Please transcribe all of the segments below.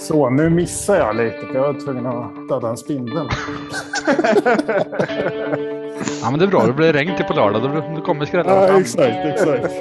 Så, nu missar jag lite för jag var tvungen att döda en spindel. Ja, men det är bra, det blir regn till på lördag. Då kommer skrällar Ja, fram. exakt.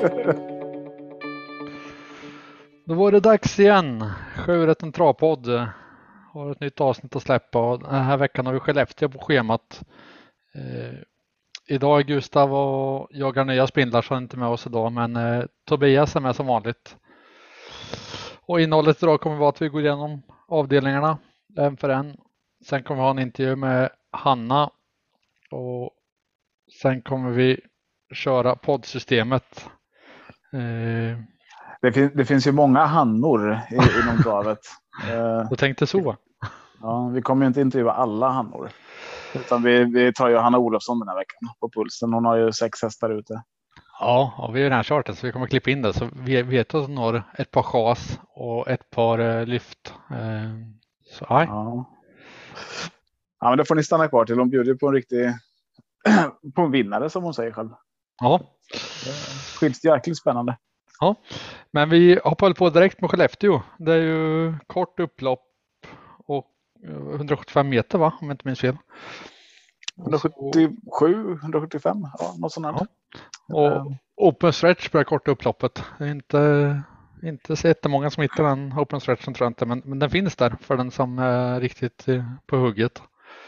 Då var det dags igen. Sjörätten travpodd. Har ett nytt avsnitt att släppa. Och den här veckan har vi Skellefteå på schemat. Idag är Gustav och jagar nya spindlar så är inte med oss idag. Men Tobias är med som vanligt. Och innehållet idag kommer vara att vi går igenom avdelningarna en för en. Sen kommer vi ha en intervju med Hanna. Och sen kommer vi köra poddsystemet. Det finns ju många Hannor inom travet. Jag tänkte så. Ja, vi kommer ju inte intervjua alla Hannor. Utan vi tar ju Hanna Olofsson den här veckan på pulsen. Hon har ju 6 hästar ute. Ja, vi har ju redan kört det så vi kommer klippa in det. Så vi vet att hon har ett par chas och ett par lyft. Så aj. Ja, men det får ni stanna kvar till. Hon bjuder på en riktig på en vinnare som hon säger själv. Ja. Skills jäkligt spännande. Ja, men vi hoppar på direkt med Skellefteå. Det är ju kort upplopp och 175 meter va, om jag inte minns fel. 177, 175, ja, något sånt här. Ja. Och open stretch börjar korta upploppet. Det är inte så jättemånga som hittar den open stretchen tror jag inte, men den finns där för den som är riktigt på hugget.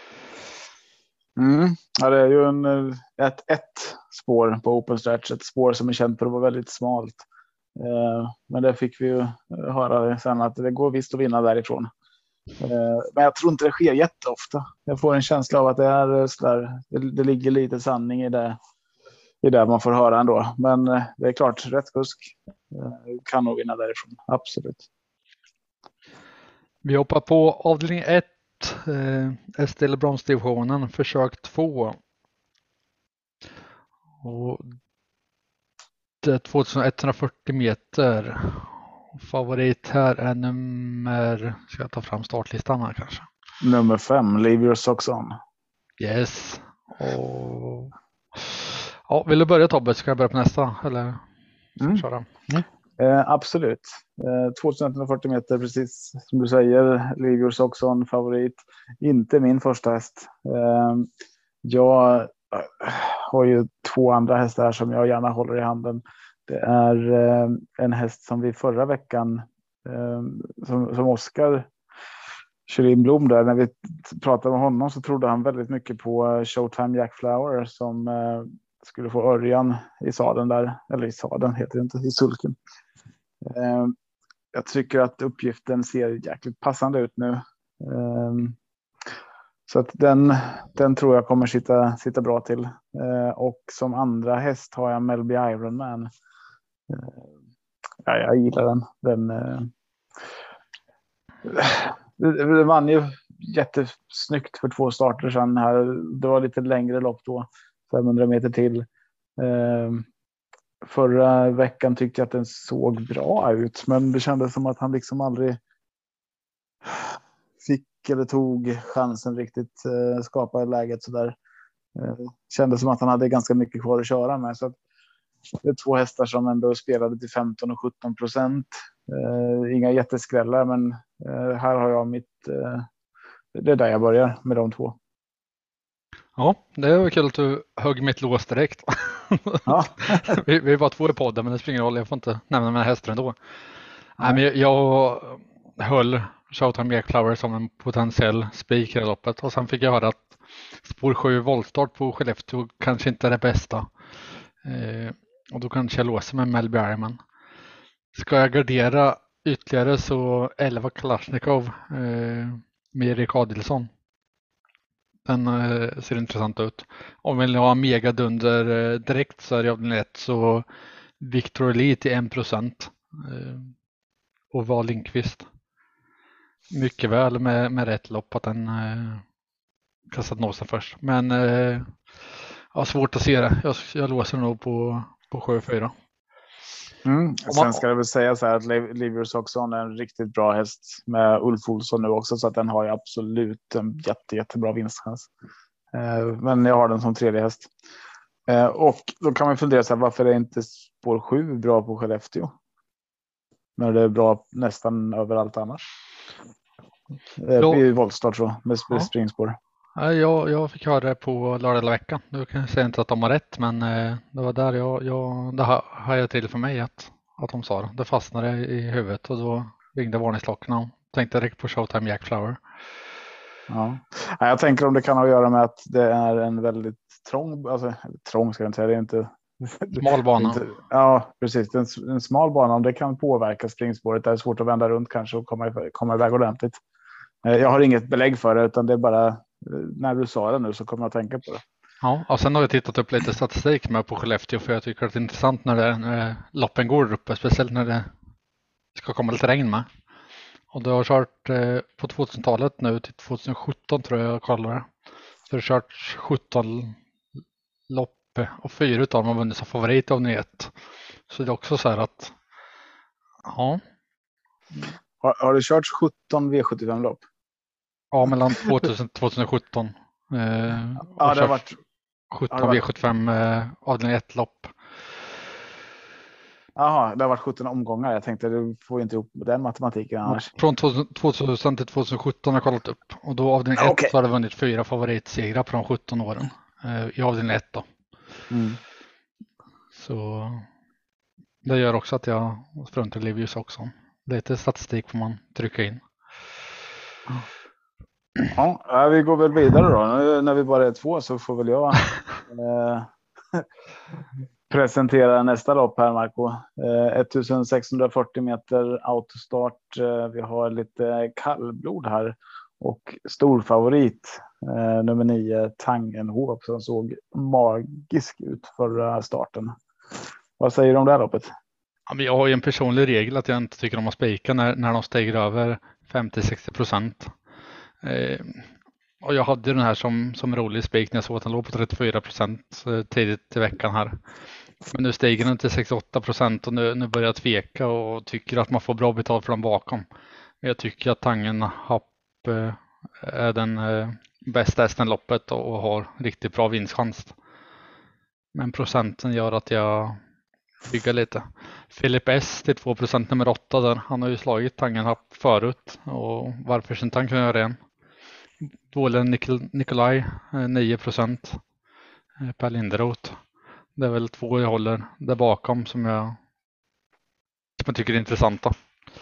Ja, det är ju ett spår på open stretch, ett spår som är känt för att vara väldigt smalt. Men det fick vi ju höra sen att det går visst att vinna därifrån. Men jag tror inte det sker jätteofta. Jag får en känsla av att det är sådär, det ligger lite sanning i det man får höra ändå. Men det är klart, rätt kusk kan nog vinna därifrån, absolut. Vi hoppar på avdelning 1, Estelle bromsdivisionen, försök 2. Och det är 2140 meter. Favorit här är nummer, ska jag ta fram startlistan här kanske? Nummer 5, Leave Your Socks On. Yes. Och ja, vill du börja Tobbe? Ska jag börja på nästa? Eller köra? Absolut. 2140 meter, precis som du säger. Leave Your Socks On, favorit. Inte min första häst. Jag har ju 2 andra hästar som jag gärna håller i handen. Det är en häst som vi förra veckan som Oskar Kjellin Blom där, när vi pratade med honom så trodde han väldigt mycket på Showtime Jack Flower som skulle få Örjan i sadeln där, eller i sadeln heter det inte, i sulken. Jag tycker att uppgiften ser jäkligt passande ut nu. Så att den tror jag kommer sitta bra till. Och som andra häst har jag Melby Ironman. Ja, jag gillar den. Det vann ju jättesnyggt för 2 starter sedan här. Det var lite längre lopp då. 500 meter till. Förra veckan tyckte jag att den såg bra ut. Men det kändes som att han liksom aldrig fick eller tog chansen riktigt skapa läget så där. Kändes som att han hade ganska mycket kvar att köra med. Så att det är 2 hästar som ändå spelade till 15 och 17%. Inga jätteskrällar, men här har jag det är där jag börjar med de 2. Ja, det var kul att du högg mitt lås direkt. Ja. vi var 2 i podden, men det springer roll. Jag får inte nämna mina hästar ändå. Nej, men jag höll Showtime Jack Flower som en potentiell spik i loppet. Och sen fick jag höra att spår 7 voltstart på Skellefteå kanske inte är det bästa. Och då kanske jag låser med Melby Ironman. Ska jag gardera ytterligare så 11 Kalashnikov med Erik Adilsson. Den ser intressant ut. Om vi vill ha megadunder direkt så är det avdelning 1 så Victor Elite till 1%. Och Val Lindqvist. Mycket väl med rätt lopp att den kastat nosen först. Men ja, svårt att se det. Jag låser nog på 7-4. Sen ska jag väl säga så här att Leave Your Socks On är en riktigt bra häst med Ulf Olsson nu också, så att den har ju absolut en jättebra vinstchans. Men jag har den som 3:e häst. Och då kan man fundera så här, varför är inte spår 7 bra på Skellefteå? När det är bra nästan överallt annars. I voltstart så, med springspår. Ja, jag fick höra det på lördag veckan. Du kan säga inte att de har rätt, men det var där det hajade till för mig att de sa det. Det fastnade i huvudet och då ringde varningsklockorna och tänkte direkt på Showtime Jack Flower. Ja, jag tänker om det kan ha att göra med att det är en väldigt trång ska jag inte säga, det är inte smal bana. Ja, precis. En smal bana, om det kan påverka springspåret, det är svårt att vända runt kanske och komma iväg ordentligt. Jag har inget belägg för det, utan det är bara när du sa det nu så kommer jag att tänka på det. Ja, och sen har jag tittat upp lite statistik med på Skellefteå, för jag tycker att det är intressant när loppen går uppe, speciellt när det ska komma lite regn med. Och du har kört på 2000-talet nu till 2017 tror jag kollade. Så du har kört 17 lopp och 4 av dem har vunnit som favorit av 1. Så det är också så här att ja. Har du kört 17 V75-lopp? Ja, mellan 2000 och 2017. Ja, det har varit 17 V75 avdelning 1-lopp. Jaha, det har varit 17 omgångar. Jag tänkte du får inte ihop den matematiken annars. Från 2000 till 2017 har jag kollat upp. Och då avdelning 1 så har det vunnit 4 favoritsegrar på de 17 åren. I avdelning 1 då. Mm. Så det gör också att jag struntar i Livius också. Lite statistik får man trycka in. Ja, vi går väl vidare då. Nu, när vi bara är 2 så får väl jag presentera nästa lopp här, Marco. 1640 meter autostart. Vi har lite kallblod här och stor favorit nummer 9 Tangenhop som såg magisk ut förra starten. Vad säger du om det här loppet? Ja, men jag har ju en personlig regel att jag inte tycker om att spika när de stiger över 50-60%. Och jag hade den här som rolig spik när jag såg att den låg på 34% tidigt i veckan här. Men nu stiger den till 68% och nu börjar jag tveka och tycker att man får bra betalt för dem bakom. Jag tycker att Tangenhop är den bästa hästen loppet och har riktigt bra vinstchans. Men procenten gör att jag bygger lite. Philip S till 2% nummer 8 där. Han har ju slagit Tangenhop förut och varför ska inte han kunna göra det igen? Dålen Nikolaj 9%. Per Linderoth. Det är väl 2 jag håller där bakom som jag tycker är intressanta.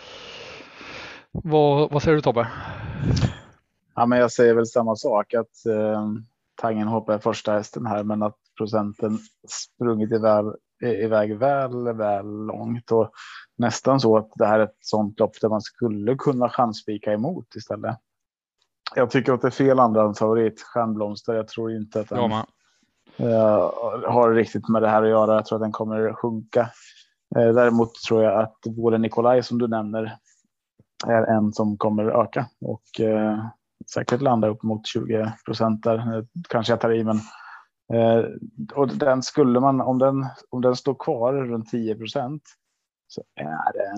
Vad säger du Tobbe? Ja, men jag säger väl samma sak att Tangenhop är första hästen här, men att procenten sprungit iväg väl långt och nästan så att det här är ett sånt lopp där man skulle kunna chansspika emot istället. Jag tycker att det är fel andra favorit, Stjärnblomster. Jag tror inte att den har riktigt med det här att göra. Jag tror att den kommer sjunka. Däremot tror jag att Dvolen Nikolaj som du nämner är en som kommer öka och säkert landa upp mot 20% där. Kanske jag tar i, men och den skulle man, om den står kvar runt 10% så är det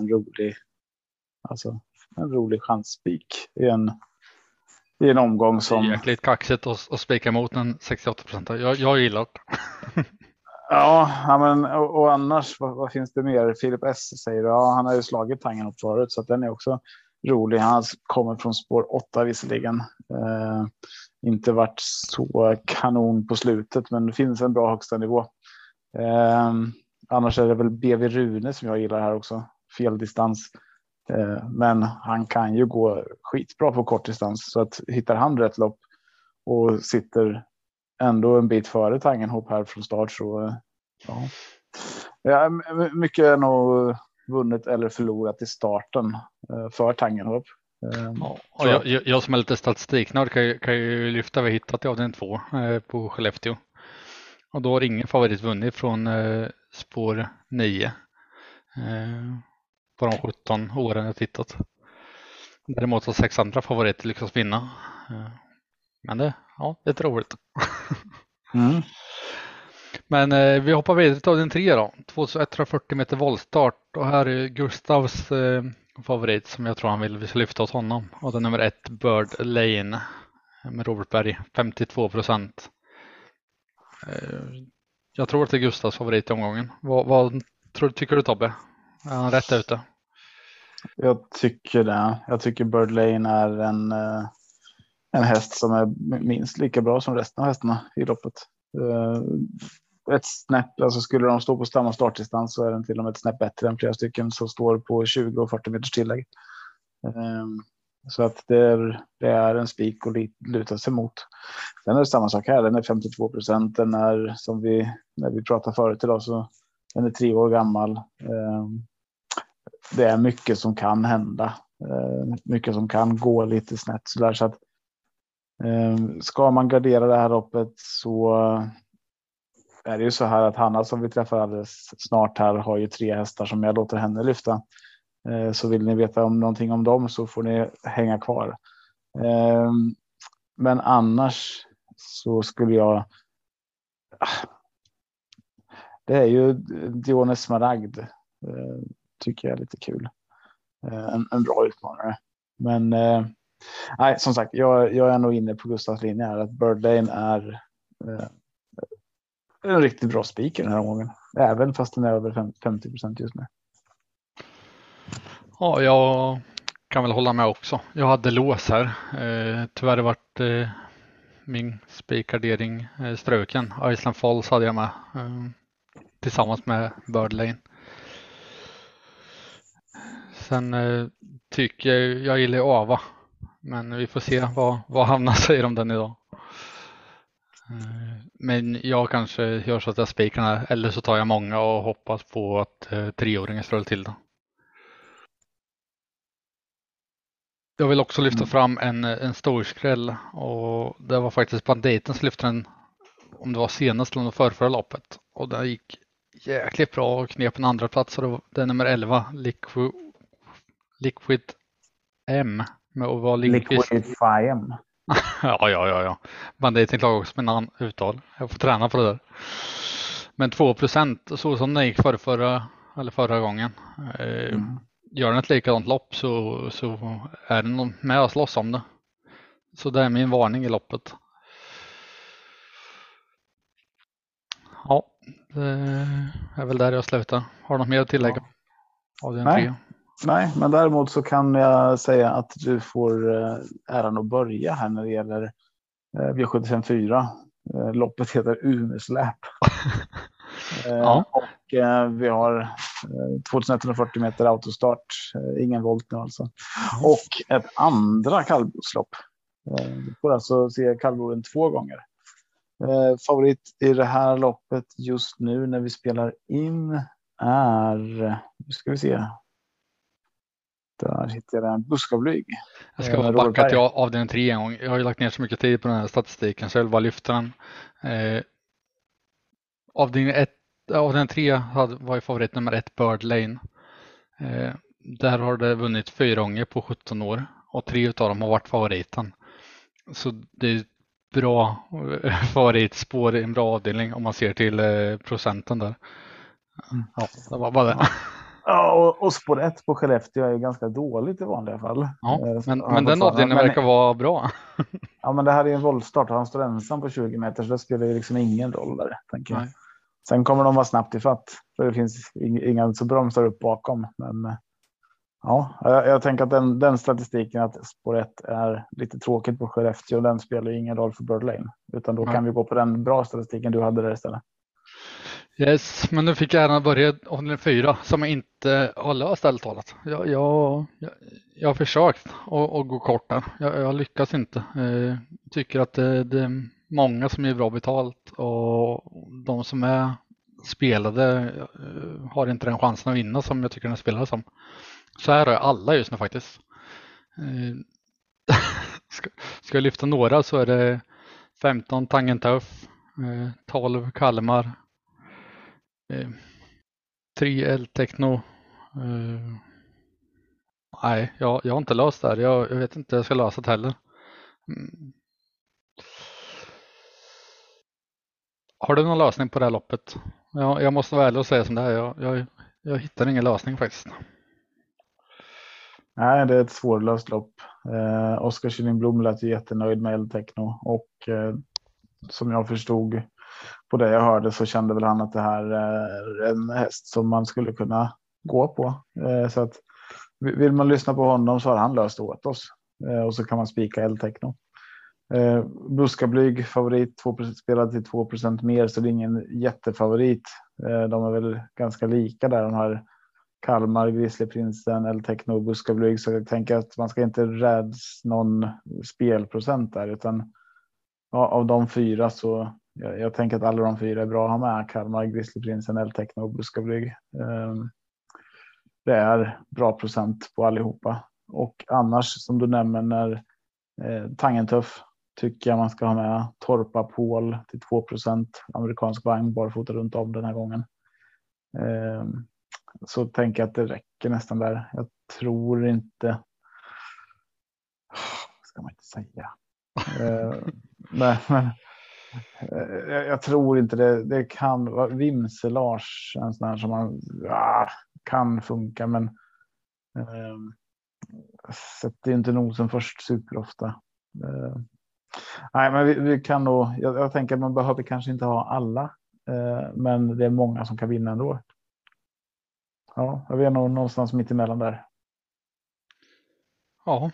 en rolig chansspik i en omgång som... Det är jäkligt kaxigt att spika emot en 68%. Jag gillar det. Ja, men och annars, vad finns det mer? Philip S säger han har ju slagit Tangenhop förut så att den är också rolig. Han kommer från spår 8 visserligen. Inte varit så kanon på slutet, men det finns en bra högsta nivå. Annars är det väl BV Rune som jag gillar här också. Fel distans. Men han kan ju gå skitbra på kort distans, så att hittar han rätt lopp och sitter ändå en bit före Tangenhop här från start så ja, mycket är nog vunnet eller förlorat i starten för Tangenhop. Och jag som är lite statistiknörd kan ju lyfta, vi har hittat i avdelning 2 på Skellefteå. Och då har ingen favorit vunnit från spår 9 på de 17 åren jag tittat. Däremot har 6 andra favoriter lyckats vinna. Men det är lite roligt. Mm. Men vi hoppar vidare till avdelning 3 då. 2140 meter voltstart. Och här är Gustavs favorit som jag tror vi ska lyfta åt honom. Och det är nummer 1 Bird Lane med Robert Berg, 52%. Jag tror att det är Gustavs favorit i omgången. Vad tycker du Tobbe? Är han rätt ute? Jag tycker det. Jag tycker Bird Lane är en häst som är minst lika bra som resten av hästarna i loppet. Ett snäpp, alltså skulle de stå på samma startdistans så är den till och med ett snäpp bättre än flera stycken som står på 20 och 40 meters tillägg. Så att det är en spik och luta sig mot. Sen är det samma sak här. Den är 52%. Den är, som när vi pratade förut idag, så den är 3 år gammal. Det är mycket som kan hända. Mycket som kan gå lite snett. Så att ska man gardera det här loppet så är det ju så här att Hanna som vi träffar alldeles snart här har ju 3 hästar som jag låter henne lyfta. Så vill ni veta om någonting om dem så får ni hänga kvar. Men annars så skulle jag... Det är ju Dione Smaragd. Tycker jag är lite kul. En bra utmanare. Men nej, som sagt, jag är nog inne på Gustavs linje här. Att Bird Lane är en riktigt bra speaker den här gången. Även fast den är över 50% just nu. Ja, jag kan väl hålla med också. Jag hade lås här. Tyvärr varit min spikardering ströken. Island Falls hade jag med tillsammans med Bird Lane. Sen tycker jag gillar Ava. Men vi får se vad Hanna säger om den idag. Men jag kanske gör så att jag spikar här. Eller så tar jag många och hoppas på att 3-åringen slår till det. Jag vill också lyfta fram en stor skräll. Och det var faktiskt Banditen som lyfte den. Om det var senast eller förra loppet. Och det gick jäkligt bra och knep en andra plats. Och det är nummer 11. Liquid M. Liquid Fime. Ja. Banditen klagar också med namn uttal. Jag får träna på det där. Men 2% så som det gick förra gången. Gör den ett likadant lopp så är den med att slåss om det. Så det är min varning i loppet. Ja, det är väl där jag slutar. Har du något mer att tillägga? Av den 3? Nej, men däremot så kan jag säga att du får äran att börja här när det gäller V75-4. Loppet heter Umesläp. Ja. Och vi har 2140 meter autostart. Ingen volt nu alltså. Och ett andra kallblodslopp. Du får alltså se kallbloden 2 gånger. Favorit i det här loppet just nu när vi spelar in är... Nu ska vi se. Där hittar jag en buskavlyg. Jag ska bara backa till avdelning 3 en gång. Jag har ju lagt ner så mycket tid på den här statistiken så jag vill bara lyfta den. Avdelning 3 var ju favorit nummer 1 Bird Lane. Där har det vunnit 4 gånger på 17 år och 3 av dem har varit favoriten. Så det är bra favoritspår i en bra avdelning om man ser till procenten där. Ja, det var bara det. Ja, och spår 1 på Skellefteå är ganska dåligt i vanliga fall. Ja, men den avdelningen verkar vara bra. Ja, men det här är en voltstart och han står ensam på 20 meter så det spelar ju liksom ingen roll där, tänker jag. Sen kommer de vara snabbt i fatt för det finns inga som bromsar upp bakom. Men ja, jag tänker att den statistiken att spår 1 är lite tråkigt på Skellefteå och den spelar ingen roll för Bird Lane. Utan då kan vi gå på den bra statistiken du hade där istället. Yes, men nu fick jag gärna börja avdelning 4 som jag inte har löst ärligt talat. Jag har försökt att gå kort där. Jag lyckas inte. Tycker att det är många som är bra betalt och de som är spelade har inte den chansen att vinna som jag tycker den spelade som. Så här är alla just nu faktiskt. Ska jag lyfta några så är det 15 Tangentuff, 12 Kalmar, 3 El-Techno. Nej, jag har inte löst det här. Jag vet inte hur jag ska lösa det heller. Har du någon lösning på det här loppet? Jag måste vara ärlig och säga som det här. Jag hittar ingen lösning faktiskt. Nej, det är ett svårlöst lopp. Oskar Kylling-Blom lät jättenöjd med El-Techno och som jag förstod på det jag hörde så kände väl han att det här är en häst som man skulle kunna gå på. Så att Vill man lyssna på honom så har han löst åt oss. Och så kan man spika El-Techno. Buskablyg favorit, 2%, spelad till 2% mer, så det är ingen jättefavorit. De är väl ganska lika där, de här Kalmar, Grizzlyprinsen, El-Techno och Buskablyg. Så jag tänker att man ska inte räds någon spelprocent där, utan av de 4 så jag tänker att alla de 4 är bra att ha med. Kalmar, Grizzlyprinsen, El-Techno och Buskablyg. Det är bra procent på allihopa. Och annars, som du nämner, Tangentuff tycker jag man ska ha med. Torpa Paul till 2%. Amerikansk vagn barfota runt om den här gången. Så tänker jag att det räcker nästan där. Jag tror inte... Ska man inte säga. Men jag tror inte det kan vara Vimse Lars, en sån här som man kan funka, men sätter inte nosen först superofta. Nej, men vi kan nog, jag tänker att man behöver kanske inte ha alla, men det är många som kan vinna ändå. Ja, jag vet nog någonstans mitt emellan där. Ja.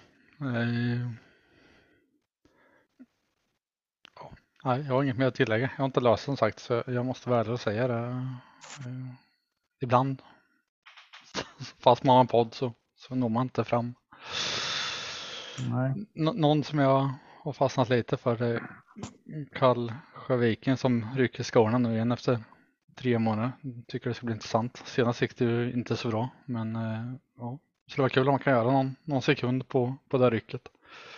Nej, jag har inget mer att tillägga. Jag har inte löst som sagt, så jag måste vara ärlig och säga det. Ibland, fast man har en podd så når man inte fram. Nej. Någon som jag har fastnat lite för är Karl Sjöviken som rycker skorna nu igen efter 3 månader. Tycker det ska bli intressant. Senast gick det ju inte så bra, men ja, så det var kul om man kan göra någon sekund på det rycket.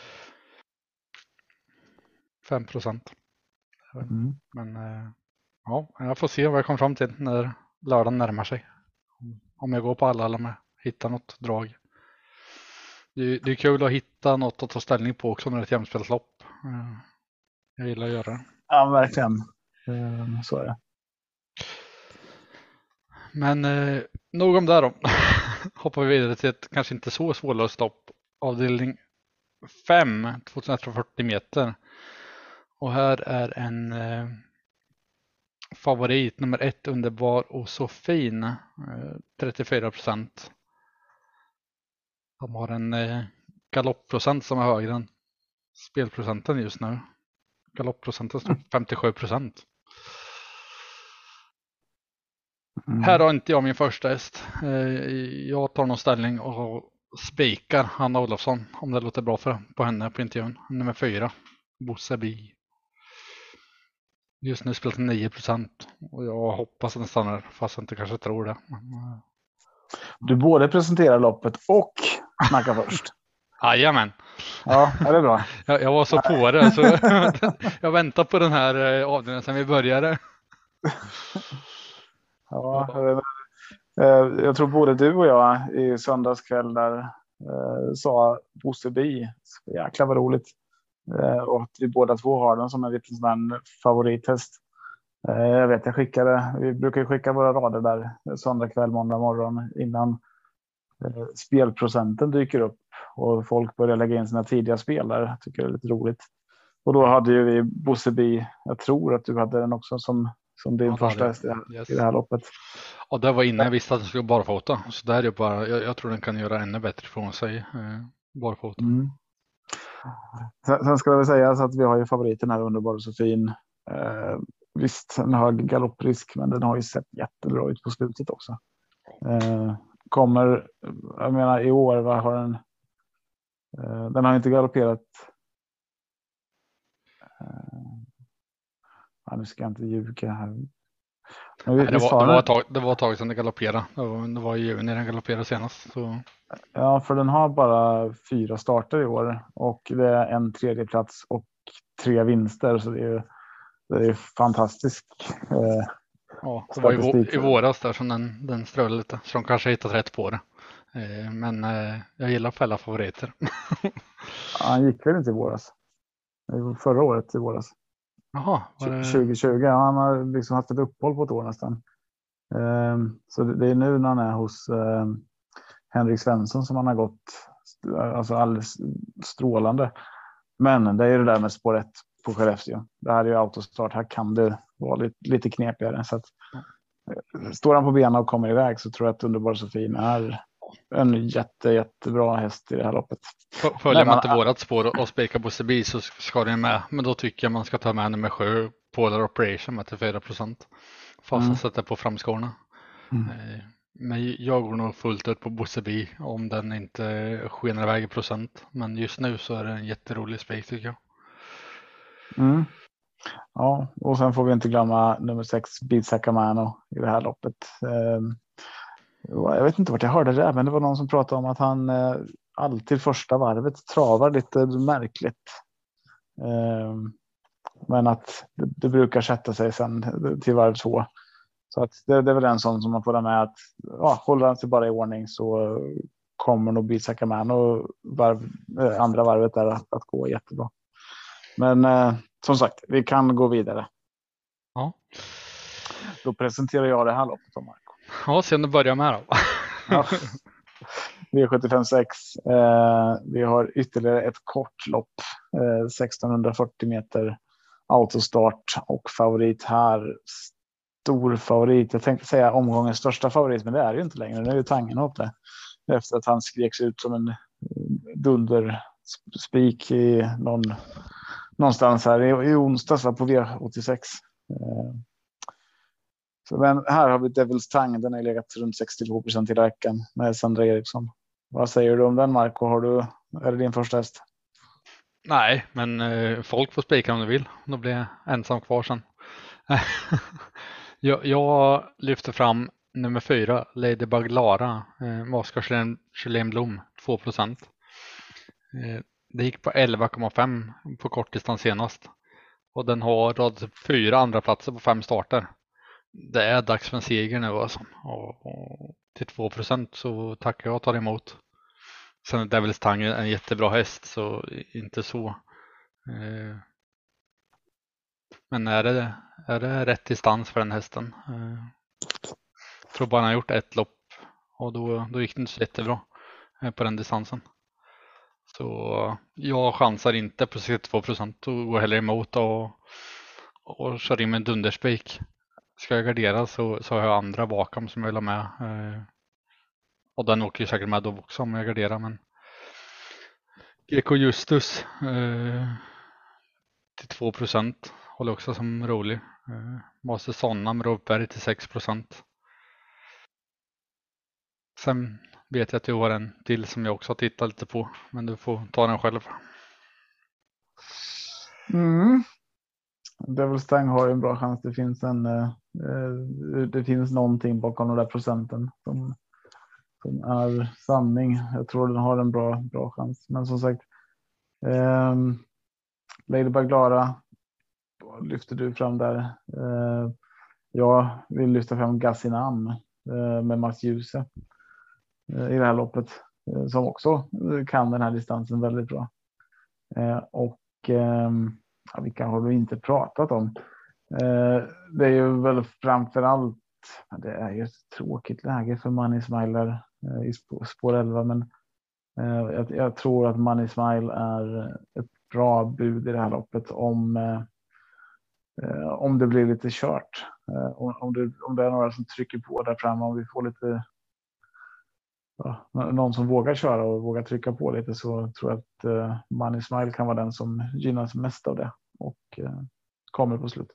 5%. Men ja, jag får se vad jag kommer fram till när lördagen närmar sig. Om jag går på alla eller om jag hittar något drag. Det är kul att hitta något att ta ställning på också när det är ett jämspelslopp. Jag gillar att göra det. Ja, verkligen. Så är det. Men nog om det då. Hoppar vi vidare till ett kanske inte så svårlöst lopp. Avdelning 5, 2140 meter. Och här är en favorit, nummer 1, Underbar och så fin. 34%. De har en galoppprocent som är högre än spelprocenten just nu. Galoppprocenten står 57%. Här har inte jag min första häst. Jag tar någon ställning och spikar Hanna Olofsson, om det låter bra på henne på intervjun. Nummer 4, Bosse Bi. Just nu spelar 9% och jag hoppas att den stannar, fast jag inte kanske tror det. Du både presenterar loppet och snackar först. Jajamän. Ja, det är bra. Jag var så på det, så jag väntar på den här avdelningen sen vi började. Ja, jag tror både du och jag i söndagskväll där sa Bosse Bi. Jäklar vad roligt. Och att vi båda två har den som en liten sån här favorithäst. Jag vet, vi brukar skicka våra rader där söndag kväll, måndag morgon innan spelprocenten dyker upp och folk börjar lägga in sina tidiga spel där. Tycker det är lite roligt. Och då hade ju vi Bosse Bi, jag tror att du hade den också som din första häst i det här loppet. Och det var innan jag visste att den skulle barfota. Så där är bara, jag tror den kan göra ännu bättre från sig barfota. Sen ska jag väl säga så att vi har ju favoriten här, Underbar och så fin. Visst, den har galopprisk, men den har ju sett jättebra ut på slutet också. Kommer, jag menar i år, vad har den? Den har inte galopperat. Nu ska jag inte ljuga här. Det var ett tag sedan den galopperade. Det var i juni den galopperade senast. Så. Ja, för den har bara 4 starter i år och det är en 3:e plats och 3 vinster, så det är fantastiskt. Ja, det var i våras där som den strölade lite, så de kanske hittat rätt på det. Men jag gillar att fälla favoriter. Han gick väl inte i våras? Förra året i våras. Jaha, 2020. Ja, han har liksom haft ett uppehåll på ett år nästan. Så det är nu när han är hos Henrik Svensson som han har gått alltså alldeles strålande. Men det är det där med spår 1 på Skellefteå. Det här är ju autostart. Här kan det vara lite knepigare. Så att, står han på benen och kommer iväg så tror jag att Underbar så fin är en jättebra häst i det här loppet. Följer man inte vårat spår och spikar Bosse B så ska den med. Men då tycker jag man ska ta med nummer 7, Polar Operation med till 4%. Fast jag sätter på framskorna. Men jag går nog fullt ut på Bosse B om den inte skenar iväg i procent. Men just nu så är det en jätterolig spik tycker jag. Ja, och sen får vi inte glömma nummer 6, Beat Sacamano i det här loppet. Jag vet inte vart jag hörde det, men det var någon som pratade om att han alltid första varvet travar lite märkligt. Men att det brukar sätta sig sen till varv 2. Så att det är väl en sån som man får med att håller han sig bara i ordning så kommer nog Beat Sacamano andra varvet där att gå jättebra. Men som sagt, vi kan gå vidare. Ja. Då presenterar jag det här loppet om Marco. Ja, sen du börjar med då. Ja. V75 vi har ytterligare ett kort lopp. 1640 meter autostart och favorit här. Stor favorit. Jag tänkte säga omgångens största favorit, men det är ju inte längre. Nu är ju Tangenhop det. Efter att han skreks ut som en dunderspik i någonstans här i onsdags på V86. Men här har vi Devil's Tongue. Den har legat runt 62% i veckan med Sandra Eriksson. Vad säger du om den, Marco? Är det din första häst? Nej, men folk får spika om de vill. Då blir jag ensam kvar sen. jag lyfter fram nummer 4, Ladybug Lara, Oskar Kjellén Blom, 2%. Det gick på 11,5 på kortdistans senast. Och den har radat 4 andra platser på 5 starter. Det är dags för en seger nu alltså. Och till 2% så tackar jag och tar emot. Sen är Devil's Tongue en jättebra häst, så inte så. Men är det rätt distans för den hästen? Jag tror bara han har gjort ett lopp och då gick det inte så jättebra på den distansen. Så jag chansar inte på 62% och går heller emot och kör in med en dunderspik. Ska jag gardera så har jag andra bakom som jag vill ha med. Och den åker ju säkert med då också om jag garderar. Men GK Justus till 2% håller också som rolig. Master Sonna med Rovberg till 6%. Sen vet jag att du har en till som jag också har tittat lite på. Men du får ta den själv. Devil's Tongue har ju en bra chans. Det finns någonting bakom de där procenten som är sanning. Jag tror den har en bra chans. Men som sagt, Ladybug Lara lyfter du fram där. Jag vill lyfta fram Gassinam med Mats Djuse i det här loppet, som också kan den här distansen väldigt bra. Vilka har vi inte pratat om? Det är ju väl framförallt, det är ju ett tråkigt läge för Money Smile i spår 11, men jag tror att Money Smile är ett bra bud i det här loppet om det blir lite kört. Om det är några som trycker på där framme, om vi får lite någon som vågar köra och vågar trycka på lite, så tror jag att Money Smile kan vara den som gynnas mest av det och kommer på slut.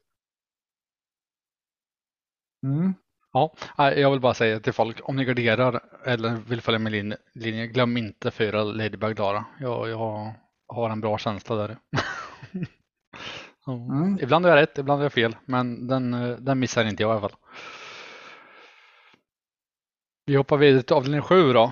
Ja, jag vill bara säga till folk, om ni garderar eller vill följa med linjen, glöm inte 4 Ladybug Lara. Jag har en bra känsla där. Ibland är jag rätt, ibland är jag fel, men den missar inte jag i alla fall. Vi hoppar vidare till avdelning 7 då.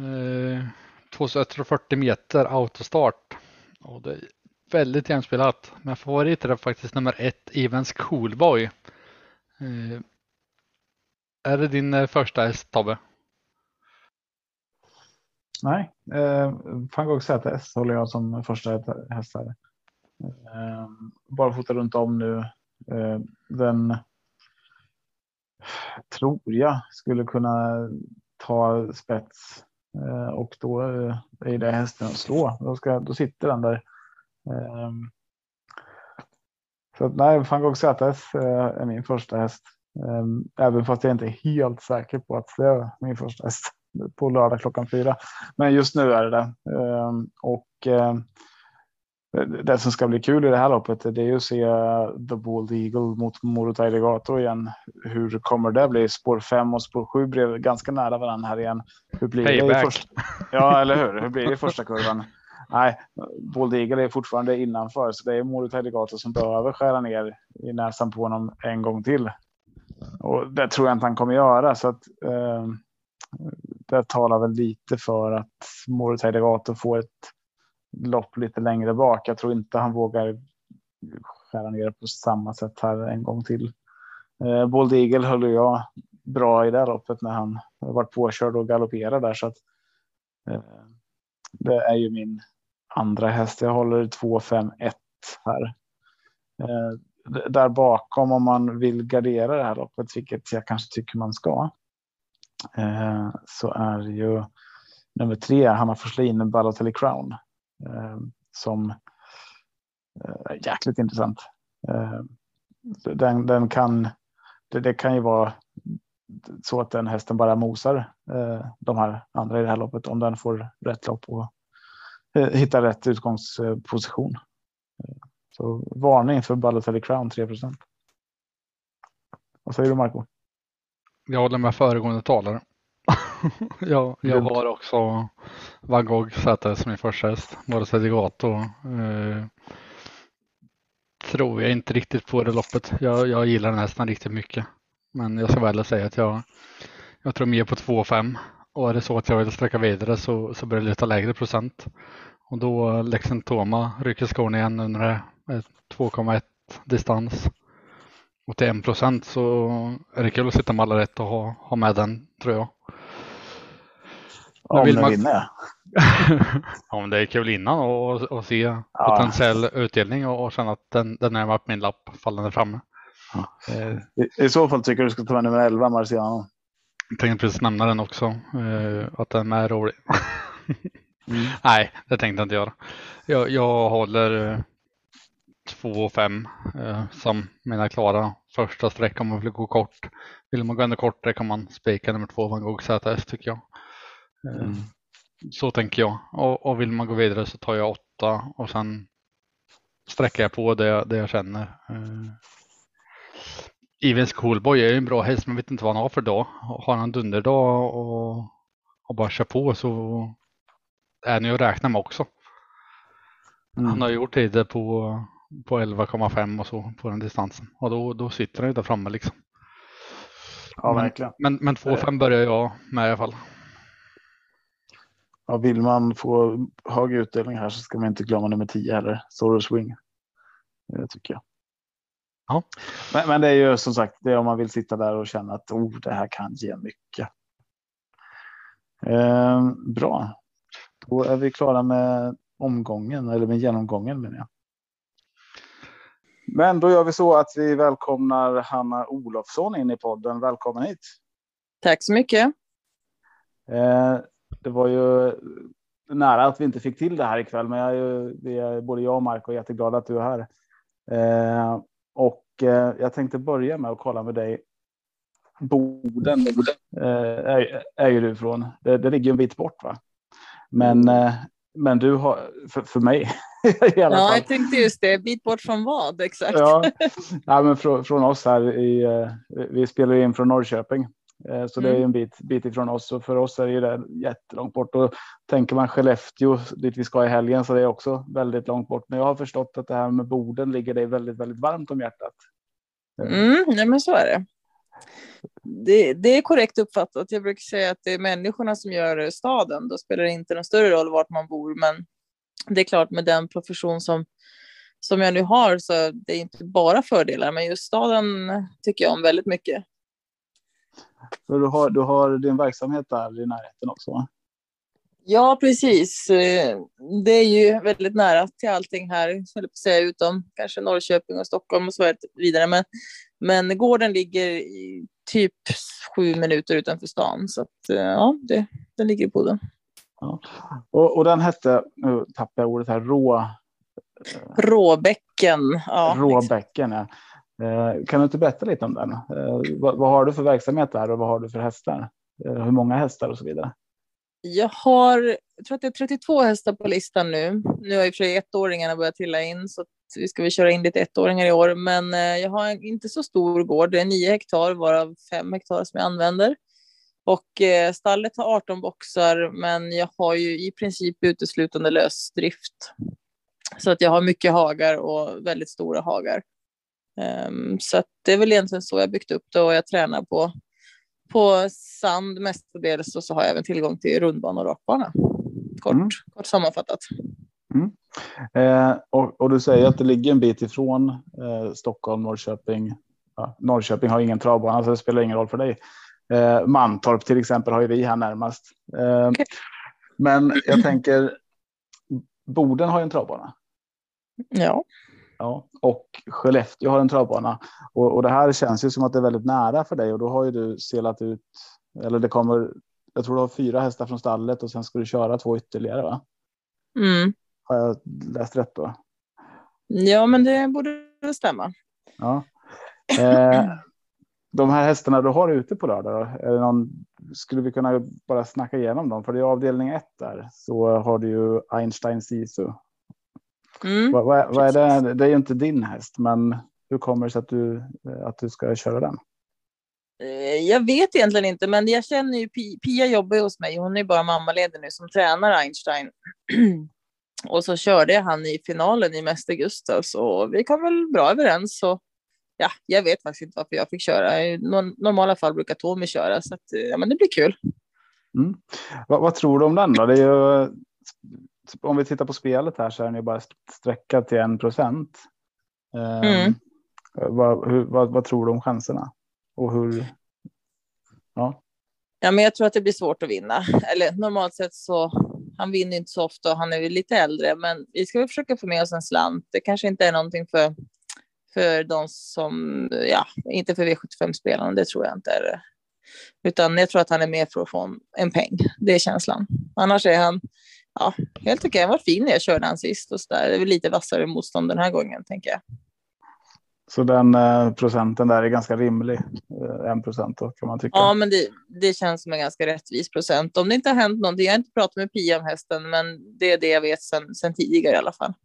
2140 meter autostart. Och det är väldigt jämspelat. Men favorit är faktiskt nummer 1, Evans Coolboy. Är det din första häst, Tobbe? Nej, Van Gogh ZS håller jag som första häst här. Bara fota runt om nu. Den tror jag skulle kunna ta spets. Och då är det hästen att slå. Då sitter den där. Så nej, Van Gogh ZS är min första häst. Även fast jag inte är helt säker på att det är min första häst. på lördag klockan 4. Men just nu är det. Det som ska bli kul i det här loppet, det är ju att se The Bald Eagle mot Moro Tailegato igen. Hur kommer det bli? Spår 5 och spår 7 blev ganska nära varandra här igen. Hur blir det i första? Ja, eller hur? Hur blir det i första kurvan? Nej, Bald Eagle är fortfarande innanför, så det är Moro Tailegato som behöver skära ner i näsan på honom en gång till. Och det tror jag inte han kommer göra, så att det talar väl lite för att Moro Tailegato får ett lopp lite längre bak. Jag tror inte han vågar skära ner på samma sätt här en gång till. Bald Eagle höll jag bra i det loppet när han varit påkörd och galopperade där, så att det är ju min andra häst. Jag håller 2-5-1 här. Där bakom, om man vill gardera det här loppet, vilket jag kanske tycker man ska, så är ju nummer 3 Hanna Forslin, Balotelli Crown, som är jäkligt intressant. Det kan ju vara så att den hästen bara mosar de här andra i det här loppet, om den får rätt lopp och hittar rätt utgångsposition. Så varning för Balotelli Crown 3%. Vad säger du, Marco? Jag håller med föregående talare. jag har också Van Gogh sätter som min första häst. Moro Tailegato. Tror jag inte riktigt på det loppet. Jag gillar den hästen riktigt mycket. Men jag ska väl säga att jag tror mer på 2,5. Och är det så att jag vill sträcka vidare så blir det lite lägre procent. Och då Lexington Toma rycker skon igen under 2,1 distans. Och till 1% så är det kul att sitta med alla rätt och ha med den, tror jag. Om den vinner. Om det är kul innan och se potentiell utdelning och känna att den är på min lapp fallande framme. I så fall tycker du ska ta med nummer 11, Marciano. Jag tänkte precis nämna den också, att den är rolig. Nej, det tänkte jag inte göra. Jag håller 2,5 som mina klara första sträck om man vill gå kort. Vill man gå ännu kortare kan man spika nummer 2 Van Gogh ZS, tycker jag. Så tänker jag. Och vill man gå vidare så tar jag 8 och sen sträcker jag på det jag känner. Evens Coolboy är ju en bra häst, men vet inte vad han har för dag. Har han dunderdag och bara kör på, så är han ju att räkna med också. Han har gjort tider på 11,5 och så på den distansen. Och då sitter han ju där framme liksom. Ja, verkligen. Men 2,5 börjar jag med i alla fall. Ja, vill man få hög utdelning här så ska man inte glömma nummer 10 heller. Sorrow Swing. Det tycker jag. Ja. Men det är ju som sagt, det är om man vill sitta där och känna att det här kan ge mycket. Bra. Då är vi klara med omgången, eller med genomgången, menar jag. Men då gör vi så att vi välkomnar Hanna Olofsson in i podden. Välkommen hit. Tack så mycket. Det var ju nära att vi inte fick till det här ikväll, men både jag och Marco är jätteglada att du är här. Och jag tänkte börja med att kolla med dig. Boden är ju du från. Det ligger en bit bort, va? Men du har, för mig i alla fall. Jag tänkte just det. Bit bort från vad, exakt? Ja, men från oss här. Vi spelar in från Norrköping. Så det är en bit ifrån oss. Och för oss är det ju jättelångt bort. Och tänker man Skellefteå, dit vi ska i helgen, så det är också väldigt långt bort. Men jag har förstått att det här med Boden ligger dig väldigt, väldigt varmt om hjärtat. Nej, men så är det. Det är korrekt uppfattat. Jag brukar säga att det är människorna som gör staden. Då spelar det inte någon större roll vart man bor. Men det är klart, med den profession som jag nu har, så det är inte bara fördelar. Men just staden tycker jag om väldigt mycket. För du har din verksamhet där i närheten också, va? Ja, precis. Det är ju väldigt nära till allting här, så jag säga, utom kanske Norrköping och Stockholm och så vidare. Men gården ligger i typ 7 minuter utanför stan, så att, ja, den ligger i Boden. Ja. Och den hette, nu tappar jag ordet här, Råbäcken. Ja, Råbäcken, ja. Kan du inte berätta lite om den? Vad har du för verksamhet där och vad har du för hästar? Hur många hästar och så vidare? Jag tror att det är 32 hästar på listan nu. Nu har i och för sig ettåringarna börjat trilla in, så att vi ska väl köra in lite ettåringar i år. Men jag har inte så stor gård. Det är 9 hektar, varav 5 hektar som jag använder. Och stallet har 18 boxar, men jag har ju i princip uteslutande lösdrift. Så att jag har mycket hagar och väldigt stora hagar. Så att det är väl egentligen så jag byggt upp det, och jag tränar på sand mestadels, och så har jag även tillgång till rundbana och rakbana. Kort sammanfattat. Och du säger att det ligger en bit ifrån Stockholm, Norrköping. Ja, Norrköping har ingen travbana, så det spelar ingen roll för dig. Mantorp till exempel har ju vi här närmast. Okay. Men jag tänker, Boden har ju en travbana. Ja. Ja, och Skellefteå har en travbana. Och det här känns ju som att det är väldigt nära för dig. Och då har ju du selat ut, eller det kommer, jag tror du har 4 hästar från stallet och sen ska du köra 2 ytterligare, va? Har jag läst rätt då? Ja, men det borde stämma. Ja. De här hästarna du har ute på lördag då, är det skulle vi kunna bara snacka igenom dem? För det är avdelning 1 där, så har du ju Einstein Sisu. Vad är det? Det är ju inte din häst, men hur kommer det sig att du ska köra den? Jag vet egentligen inte, men jag känner ju Pia jobbar hos mig. Hon är bara mammaledig nu som tränar Einstein. Och så körde han i finalen i Mäster Gustav, så vi kom väl bra överens. Så ja, jag vet faktiskt inte varför jag fick köra. I normala fall brukar Tommy köra, så att, ja, men det blir kul. Vad tror du om den då? Det är ju, om vi tittar på spelet här, så är den ju bara sträckad till 1%. Vad tror du om chanserna? Och hur? Ja, men jag tror att det blir svårt att vinna. Eller normalt sett så, han vinner inte så ofta och han är lite äldre. Men vi ska väl försöka få med oss en slant. Det kanske inte är någonting för de som, inte för V75-spelarna, det tror jag inte är det. Utan jag tror att han är med för att få en peng. Det är känslan. Annars är han, helt okej. Han var fin när jag körde han sist och så där. Det är väl lite vassare motstånd den här gången, tänker jag. Så den procenten där är ganska rimlig. 1% då, kan man tycka. Ja, men det känns som en ganska rättvis procent. Om det inte har hänt någonting, jag har inte pratat med Pia om hästen, men det är det jag vet sen tidigare i alla fall.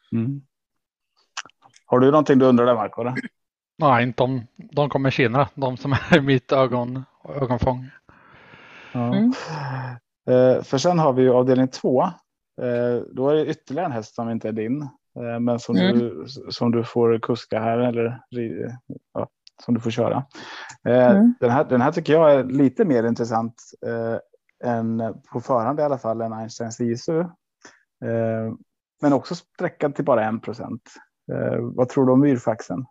Har du någonting du undrar där, Marco? Nej, inte om de kommer tjäna, de som är i mitt ögonfång. Ja. För sen har vi ju avdelning 2. Då är det ytterligare en häst som inte är din. Men som du får kuska här, eller som du får köra. Den här tycker jag är lite mer intressant än på förhand i alla fall, än Einstein Sisu. Men också sträckad till bara 1%. Vad tror du om myrfaxen?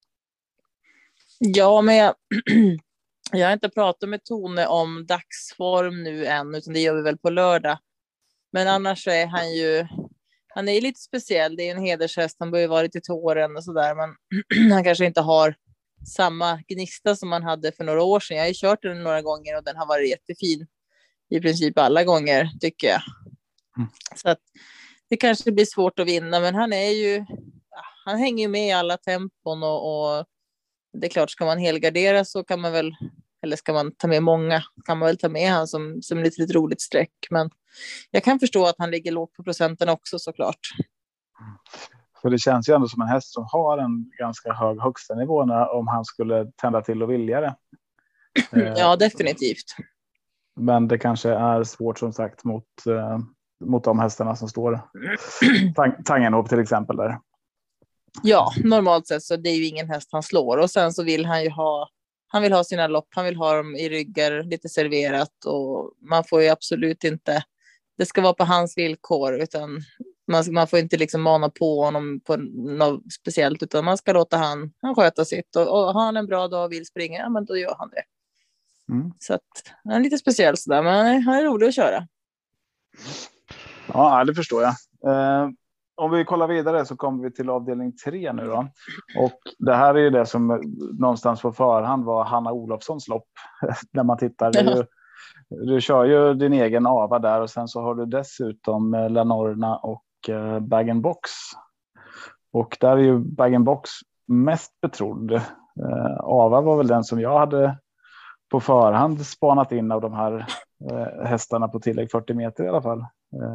Ja, men jag har inte pratat med Tone om dagsform nu än, utan det gör vi väl på lördag. Men annars är han är lite speciell. Det är en hedershäst. Han börjar vara lite till åren och sådär. Men han kanske inte har samma gnista som man hade för några år sedan. Jag har ju kört den några gånger och den har varit jättefin i princip alla gånger, tycker jag. Så att det kanske blir svårt att vinna. Men han hänger ju med i alla tempon och det är klart, ska man helgardera så kan man väl, eller ska man ta med många, kan man väl ta med han som lite roligt streck. Men jag kan förstå att han ligger lågt på procenten också, såklart. För det känns ju ändå som en häst som har en ganska hög högsta nivå om han skulle tända till och vilja det. Ja, definitivt. Men det kanske är svårt, som sagt, mot de hästarna som står Tangenhop till exempel där. Ja, normalt sett så det är ju ingen häst han slår. Och sen så vill han ju han vill ha sina lopp, han vill ha dem i ryggar lite serverat, och man får ju absolut inte, det ska vara på hans villkor, utan man får inte liksom mana på honom på något speciellt, utan man ska låta han sköta sitt, och har han en bra dag och vill springa, ja, men då gör han det. Så att han är lite speciell sådär, men han är rolig att köra. Ja, det förstår jag. Om vi kollar vidare så kommer vi till avdelning 3 nu då. Och det här är ju det som någonstans på förhand var Hanna Olofssons lopp. När man tittar. Du kör ju din egen Ava där, och sen så har du dessutom Lanorna och Bag-in-Box. Och där är ju Bag-in-Box mest betrodd. Ava var väl den som jag hade på förhand spanat in av de här hästarna på tillägg 40 meter i alla fall.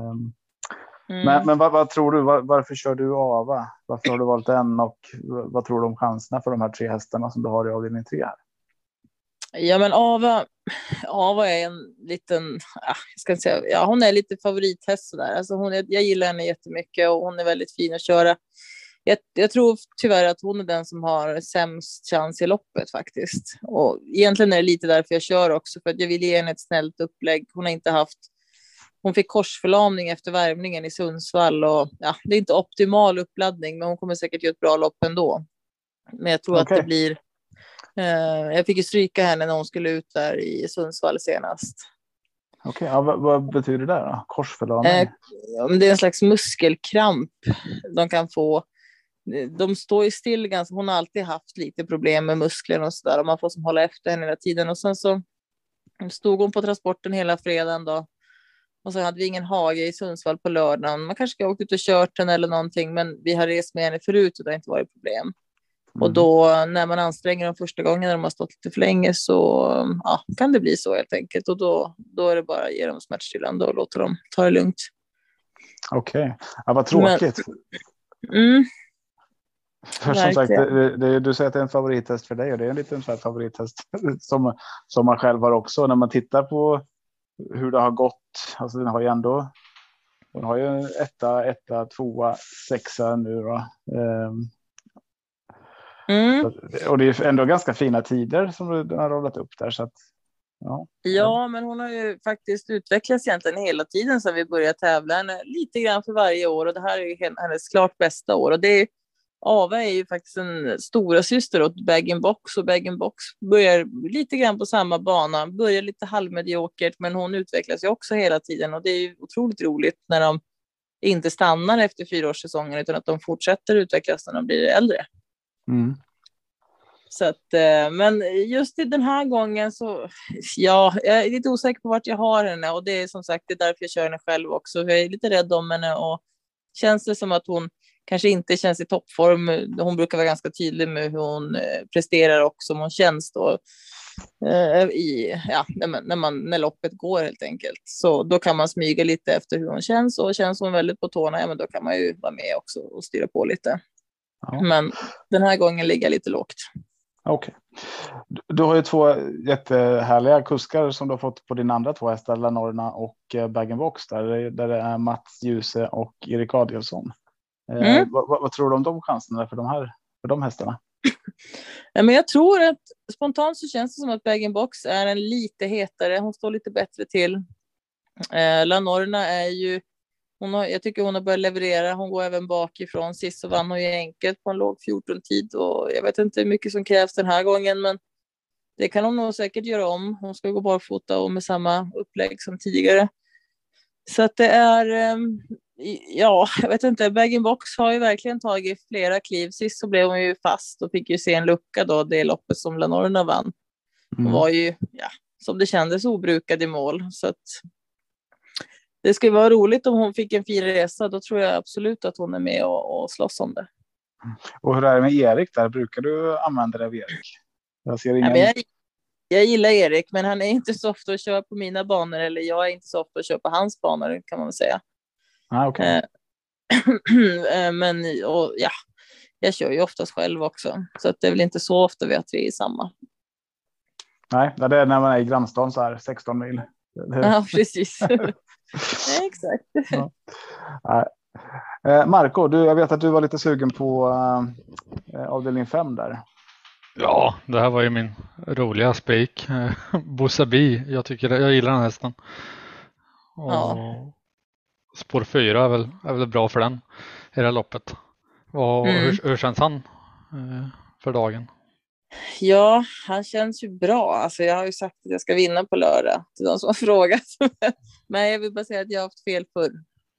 Men vad tror du? Varför kör du Ava? Varför har du valt den och vad tror du om chanserna för de här 3 hästarna som du har i avdelning 3 här? Ja, men Ava är en liten, jag ska inte säga, ja, hon är lite favorithäst sådär. Alltså jag gillar henne jättemycket och hon är väldigt fin att köra. Jag tror tyvärr att hon är den som har sämst chans i loppet faktiskt. Och egentligen är det lite därför jag kör också, för att jag vill ge henne ett snällt upplägg. Hon fick korsförlamning efter värmningen i Sundsvall och det är inte optimal uppladdning, men hon kommer säkert göra ett bra lopp ändå. Men jag tror att det blir, jag fick ju stryka henne när hon skulle ut där i Sundsvall senast. Okej, vad betyder det då? Korsförlamning? Det är en slags muskelkramp de kan få. De står ju still ganska, hon har alltid haft lite problem med musklerna och sådär, och man får som hålla efter henne hela tiden. Och sen så stod hon på transporten hela fredagen då. Och så hade vi ingen hage i Sundsvall på lördagen. Man kanske ska ha åkt ut och kört den eller någonting, men vi har rest med henne förut och det har inte varit problem. Och då när man anstränger dem första gången när de har stått lite för länge så kan det bli så helt enkelt. Och då är det bara att ge dem smärtstillande och låta dem ta det lugnt. Okej, vad tråkigt. För som sagt, du säger att det är en favorithäst för dig och det är en liten favorithäst som man själv har också. När man tittar på hur det har gått, alltså den har ju ändå, hon har ju etta, tvåa, sexa nu då. Och det är ändå ganska fina tider som den har rollat upp där. Så att, men hon har ju faktiskt utvecklats egentligen hela tiden sedan vi började tävla. Lite grann för varje år och det här är ju hennes klart bästa år. Och Ava är ju faktiskt en stora syster åt Bag-in-Box och Bag-in-Box börjar lite grann på samma bana, börjar lite halvmediokert, men hon utvecklas ju också hela tiden och det är ju otroligt roligt när de inte stannar efter 4-årssäsongen utan att de fortsätter utvecklas när de blir äldre. Så att, men just i den här gången så jag är lite osäker på vart jag har henne och det är som sagt det är därför jag kör henne själv också. Jag är lite rädd om henne och känns det som att hon kanske inte känns i toppform. Hon brukar vara ganska tydlig med hur hon presterar också, om hon känns då när loppet går helt enkelt. Så då kan man smyga lite efter hur hon känns och känns hon väldigt på tårna, men då kan man ju vara med också och styra på lite. Ja. Men den här gången ligger lite lågt. Okej. Du har ju 2 jättehärliga kuskar som du har fått på dina andra 2 hästar, Lanorna och Bag-in-Box där det är Mats Djuse och Erik Adielsson. Vad tror du om de chanserna för de hästarna? Men jag tror att spontant så känns det som att Bag-in-Box är en lite hetare. Hon står lite bättre till. Lanorna är ju jag tycker hon har börjat leverera. Hon går även bakifrån. Sist så vann hon ju enkelt på en låg 14-tid och jag vet inte hur mycket som krävs den här gången, men det kan hon nog säkert göra om. Hon ska gå barfota och med samma upplägg som tidigare. Så att det är jag vet inte, Bag-in-Box har ju verkligen tagit flera kliv. Sist så blev hon ju fast och fick ju se en lucka då, det loppet som Lanorna vann. Hon var ju, som det kändes, obrukad i mål. Så att det skulle vara roligt om hon fick en fin resa. Då tror jag absolut att hon är med och slåss om det. Och hur är det med Erik där? Brukar du använda det av Erik? Jag ser ingen... Jag gillar Erik, men han är inte så ofta att köra på mina banor. Eller jag är inte så ofta att köra på hans banor, kan man väl säga. Okay. Men jag kör ju oftast själv också. Så att det är väl inte så ofta vi har 3 i samma. Nej, det är när man är i grannstan så här 16 mil. Ja, precis. Exakt. Ja. Marco, jag vet att du var lite sugen på avdelning 5 där. Ja, det här var ju min roliga spik. Bosabi, jag gillar den hästen. Och spår 4 är väl bra för den i det här loppet. Hur känns han för dagen? Ja, han känns ju bra. Alltså, jag har ju sagt att jag ska vinna på lördag till de som har frågat. Men jag vill bara säga att jag har haft fel förr.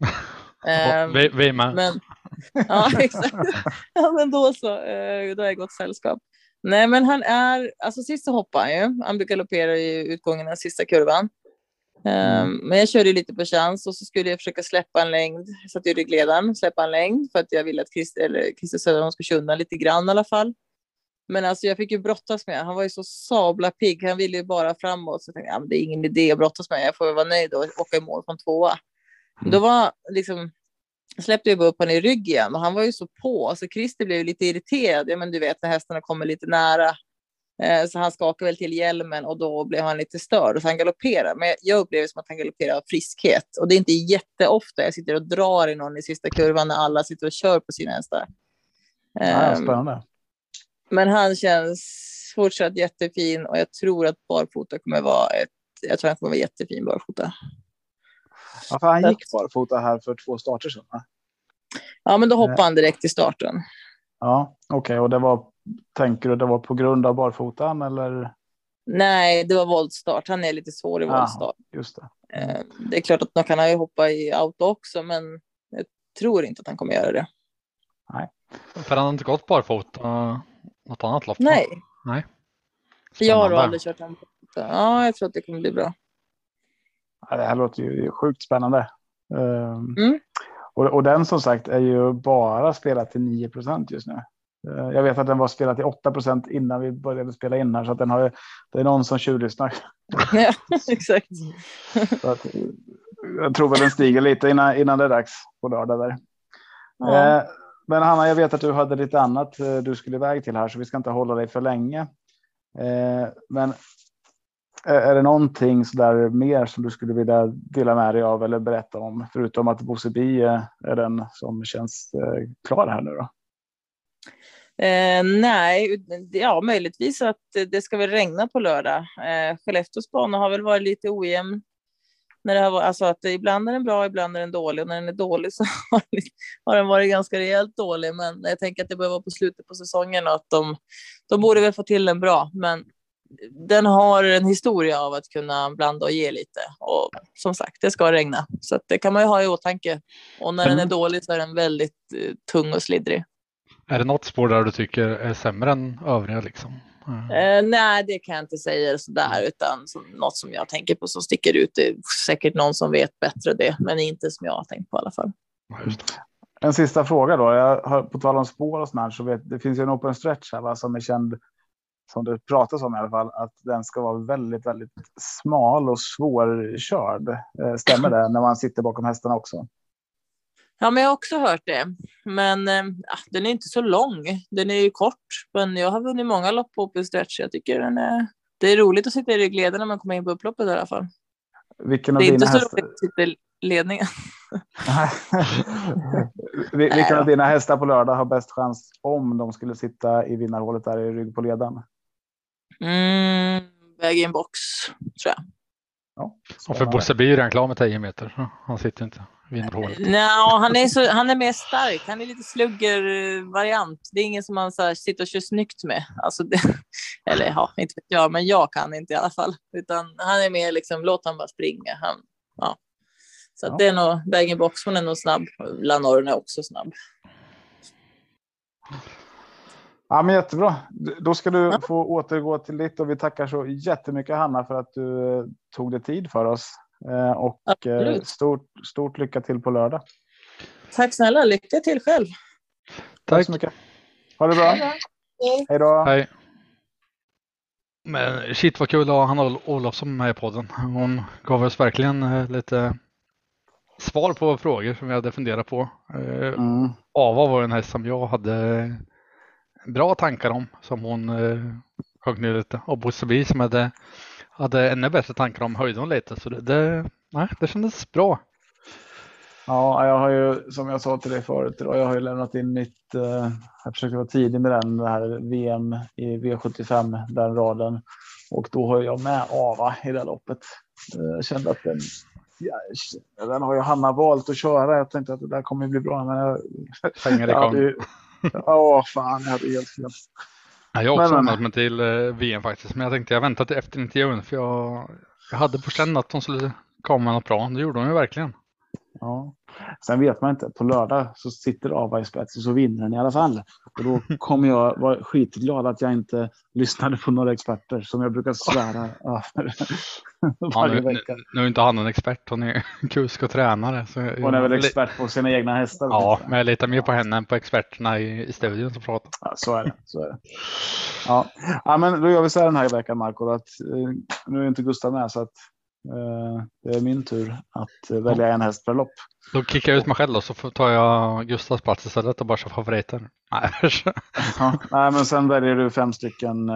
Vi med. Men, ja, exakt. Ja, men då så. Då har jag gått sällskap. Nej, men han är... Alltså sist så hoppar han ju. Han brukar galoppera i utgången av sista kurvan. Men jag körde lite på chans och så skulle jag försöka släppa en längd. Jag satt i ryggledaren, släppa en längd för att jag ville att Christer Söderholm skulle köra undan lite grann i alla fall. Men alltså jag fick ju brottas med. Han var ju så sabla pigg. Han ville ju bara framåt. Så jag tänkte, men det är ingen idé att brottas med. Jag får vara nöjd och åka i mål från 2. Då var liksom, släppte jag upp han i rygg igen. Och han var ju så på. Så Christer blev lite irriterad. Ja, men du vet när hästarna kommer lite nära. Så han skakade väl till hjälmen. Och då blev han lite störd. Och så han galopperar. Men jag upplever som att han galopperar av friskhet. Och det är inte jätteofta jag sitter och drar i någon i sista kurvan. När alla sitter och kör på sina hästar. Ja, spännande. Men han känns fortsatt jättefin och jag tror att barfota kommer vara han kommer vara jättefin barfota. Ja, för han gick barfota här för 2 starter sedan. Ja, men då hoppade han direkt i starten. Ja, okej. Och det var, tänker du, det var på grund av barfotan eller? Nej, det var voltstart. Han är lite svår i voltstart. Just det. Det är klart att man kan ju hoppa i auto också, men jag tror inte att han kommer göra det. Nej. För han har inte gått barfota något annat lopp? Nej. Nej. Jag har aldrig kört en barfota. Ja, jag tror att det kommer bli bra. Ja, det här låter ju sjukt spännande. Och den som sagt är ju bara spelad till 9% just nu. Jag vet att den var spelad till 8% innan vi började spela in här. Så att det är någon som tjuvlyssnar. Ja, exakt. Så att, jag tror väl den stiger lite innan det är dags på lördag där. Ja. Men Hanna, jag vet att du hade lite annat du skulle iväg till här. Så vi ska inte hålla dig för länge. Men är det någonting så där mer som du skulle vilja dela med dig av eller berätta om? Förutom att Bosse Bie är den som känns klar här nu då? Nej, ja, möjligtvis att det ska väl regna på lördag. Skellefteås bana har väl varit lite ojämn. När det har varit, alltså att ibland är den bra, ibland är den dålig. Och när den är dålig så har den varit ganska rejält dålig. Men jag tänker att det bör vara på slutet på säsongen och att de borde väl få till den bra. Men den har en historia av att kunna blanda och ge lite. Och som sagt, det ska regna. Så att det kan man ju ha i åtanke. Och när den är dålig så är den väldigt tung och slidrig. Är det något spår där du tycker är sämre än övriga liksom? Nej, det kan jag inte säga sådär, utan något som jag tänker på som sticker ut. Det är säkert någon som vet bättre det, men inte som jag har tänkt på i alla fall. En sista fråga då. Jag har på tal om spår och sånt så det finns ju en open stretch här, va, som är känd, som det pratas om i alla fall, att den ska vara väldigt, väldigt smal och svårkörd. Stämmer det när man sitter bakom hästarna också? Ja, men jag har också hört det. Men den är inte så lång. Den är ju kort. Men jag har vunnit många lopp på open stretch. Jag tycker det är roligt att sitta i ryggleden när man kommer in på upploppet i alla fall. Vilken det är inte så roligt att sitta i ledningen. Vilken av dina hästar på lördag har bäst chans om de skulle sitta i vinnarhålet där i rygg på ledan? Väg in box, tror jag. Ja, och för Bosse blir redan klar med 10 meter. Han sitter inte i vinnarhålet. Nej, han är mer stark. Han är lite slugger-variant. Det är ingen som man så här, sitter och kör snyggt med. Alltså eller ja, inte vet jag, men jag kan inte i alla fall. Utan han är mer liksom, låt han bara springa. Så att det är nog väg in box. Hon är nog snabb. Lanorn är också snabb. Ja, men jättebra. Då ska du få återgå till ditt och vi tackar så jättemycket Hanna för att du tog dig tid för oss. Och stort lycka till på lördag. Tack snälla, lycka till själv. Tack så mycket. Ha det bra. Hej då. Hej. Men shit vad kul att ha Hanna Olofsson med i podden. Hon gav oss verkligen lite svar på frågor som jag hade funderat på. Ava var en häst som jag hade bra tankar om, som hon högg ner lite. Och Bosse Bie som hade ännu bättre tankar om, höjde hon lite. Så det kändes bra. Ja, jag har ju, som jag sa till dig förut, jag har ju lämnat in jag försökte vara tidig med det här VM i V75, den raden. Och då har jag med Ava i det loppet. Jag kände att den har ju Hanna valt att köra. Jag tänkte att det där kommer bli bra. Men fan, jag hade helt fel. Jag har också anmält mig till VM faktiskt. Men jag tänkte jag väntar till efter intervjun. För jag hade på känn att hon skulle komma något bra. Det gjorde hon ju verkligen. Ja. Sen vet man inte. På lördag så sitter Ava i spets så vinner den i alla fall. Och då kommer jag vara skitglad att jag inte lyssnade på några experter som jag brukar svära varje vecka. Nu är inte han en expert, hon är kusk och tränare. Så Hon är väl expert på sina egna hästar. Ja, men jag litar mer på henne än på experterna i studion som pratar. Ja, så är det. Ja, men då gör vi så här den här veckan, Marco, att nu är inte Gustav med, så att det är min tur att välja en häst per lopp. Då kickar jag ut mig själv och så tar jag Gustavs plats istället och bara kör favoriter. Nej, men sen väljer du 5 stycken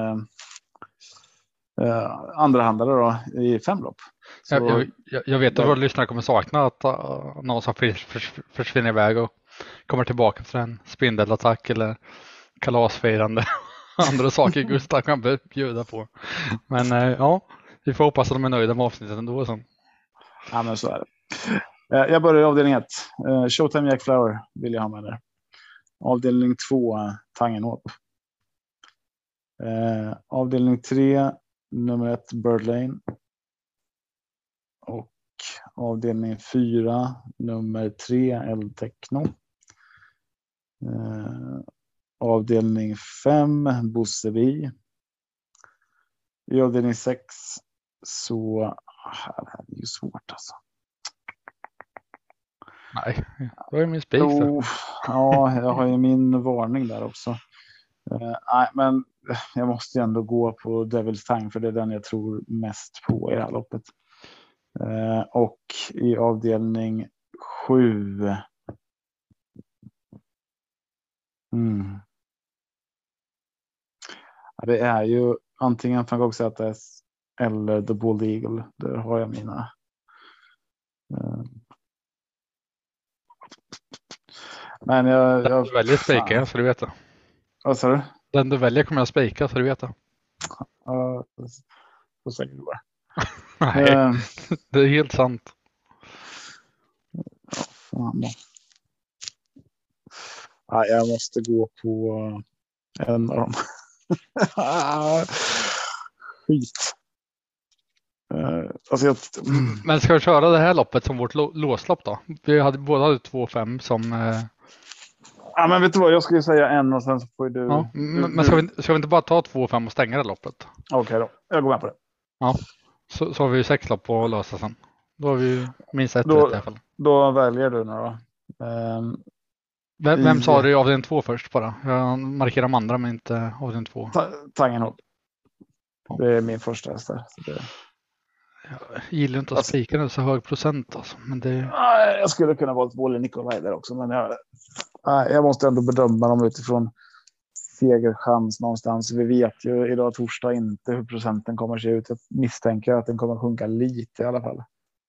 andra handlare då i 5 lopp. Jag vet att våra lyssnare kommer sakna att någon som försvinner iväg och kommer tillbaka för en spindelattack eller kalasfirande. Andra saker Gustav kan bjuda på. Men ja, vi får hoppas att de är nöjda med avsnittet ändå. Så. Ja, men så är det. Jag börjar i avdelning 1. Showtime Jack Flower vill jag ha med där. Avdelning 2, Tangenhop. Avdelning 3, nummer 1, Bird Lane. Och avdelning 4, nummer 3, El Techno. Avdelning 5, Bossevi. I avdelning 6 så... Det här är ju svårt alltså. Nej, då är min spik. Ja, jag har ju min varning där också. Nej, men jag måste ju ändå gå på Devil's Tang för det är den jag tror mest på i det här loppet. Och i avdelning 7. Det är ju antingen Van Gogh ZS eller The Bald Eagle. Där har jag mina. Men jag du väljer spika så du vet det. Vad sa du? Den du väljer kommer jag spika så du vet det. Så säger du bara. Nej, det är helt sant. Ja, fan då. Ja, jag måste gå på en av dem. Skit. Alltså Men ska vi köra det här loppet som vårt låslopp då? Vi hade båda 2-5 som... Ja, men vet du vad? Jag skulle säga en och sen så får du... Ja, men ska vi inte bara ta 2-5 och stänga det loppet? Okej då. Jag går med på det. Ja, så har vi 6 lopp på att lösa sen. Då har vi minst ett rätt i alla fall. Då väljer du nu då. Vem sa du av den 2 först bara? Jag markerar de andra men inte av den 2. Tangenhop. Det är min första häst där. Jag gillar inte att spika nu så hög procent alltså, men det... Jag skulle kunna vara ett Wally Nicolai där också, men jag måste ändå bedöma dem utifrån segerchans någonstans. Vi vet ju idag torsdag inte hur procenten kommer se ut. Jag misstänker att den kommer sjunka lite i alla fall.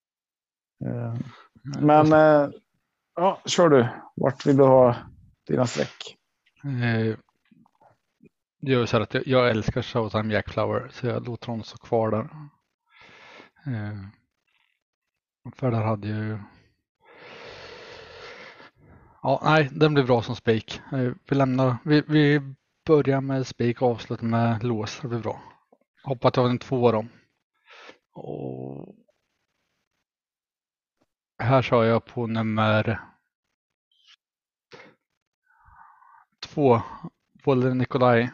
Men ja, kör du. Vart vill du ha dina streck? Jag gör så här att jag älskar Showtime Jack Flower så jag låter honom stå kvar där. För där hade ju... Ja, nej, den blir bra som spik. Vi börjar med spik och avslutar med lås. Det blir bra. Hoppat av en 2 då. Och här kör jag på nummer 2. Wally Nicolai.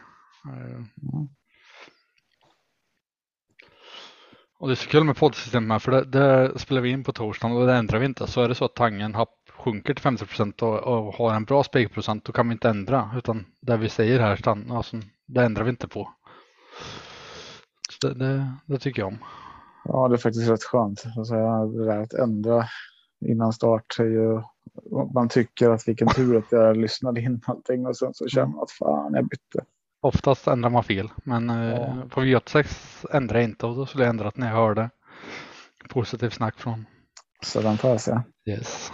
Och det är så kul med poddsystemet här, för det spelar vi in på torsdagen och det ändrar vi inte. Så är det så att Tangen sjunker till 50% och har en bra spikprocent, då kan vi inte ändra. Utan det vi säger här, alltså, det ändrar vi inte på. Så det tycker jag om. Ja, det är faktiskt rätt skönt. Alltså, det där att ändra innan start är ju... Man tycker att vilken tur att jag lyssnade in allting och sen så känner man att fan, jag bytte. Oftast ändrar man fel, men på V86 ändrar jag inte och då skulle jag ändrat när jag hörde positivt snack från. Så den tar jag. Yes.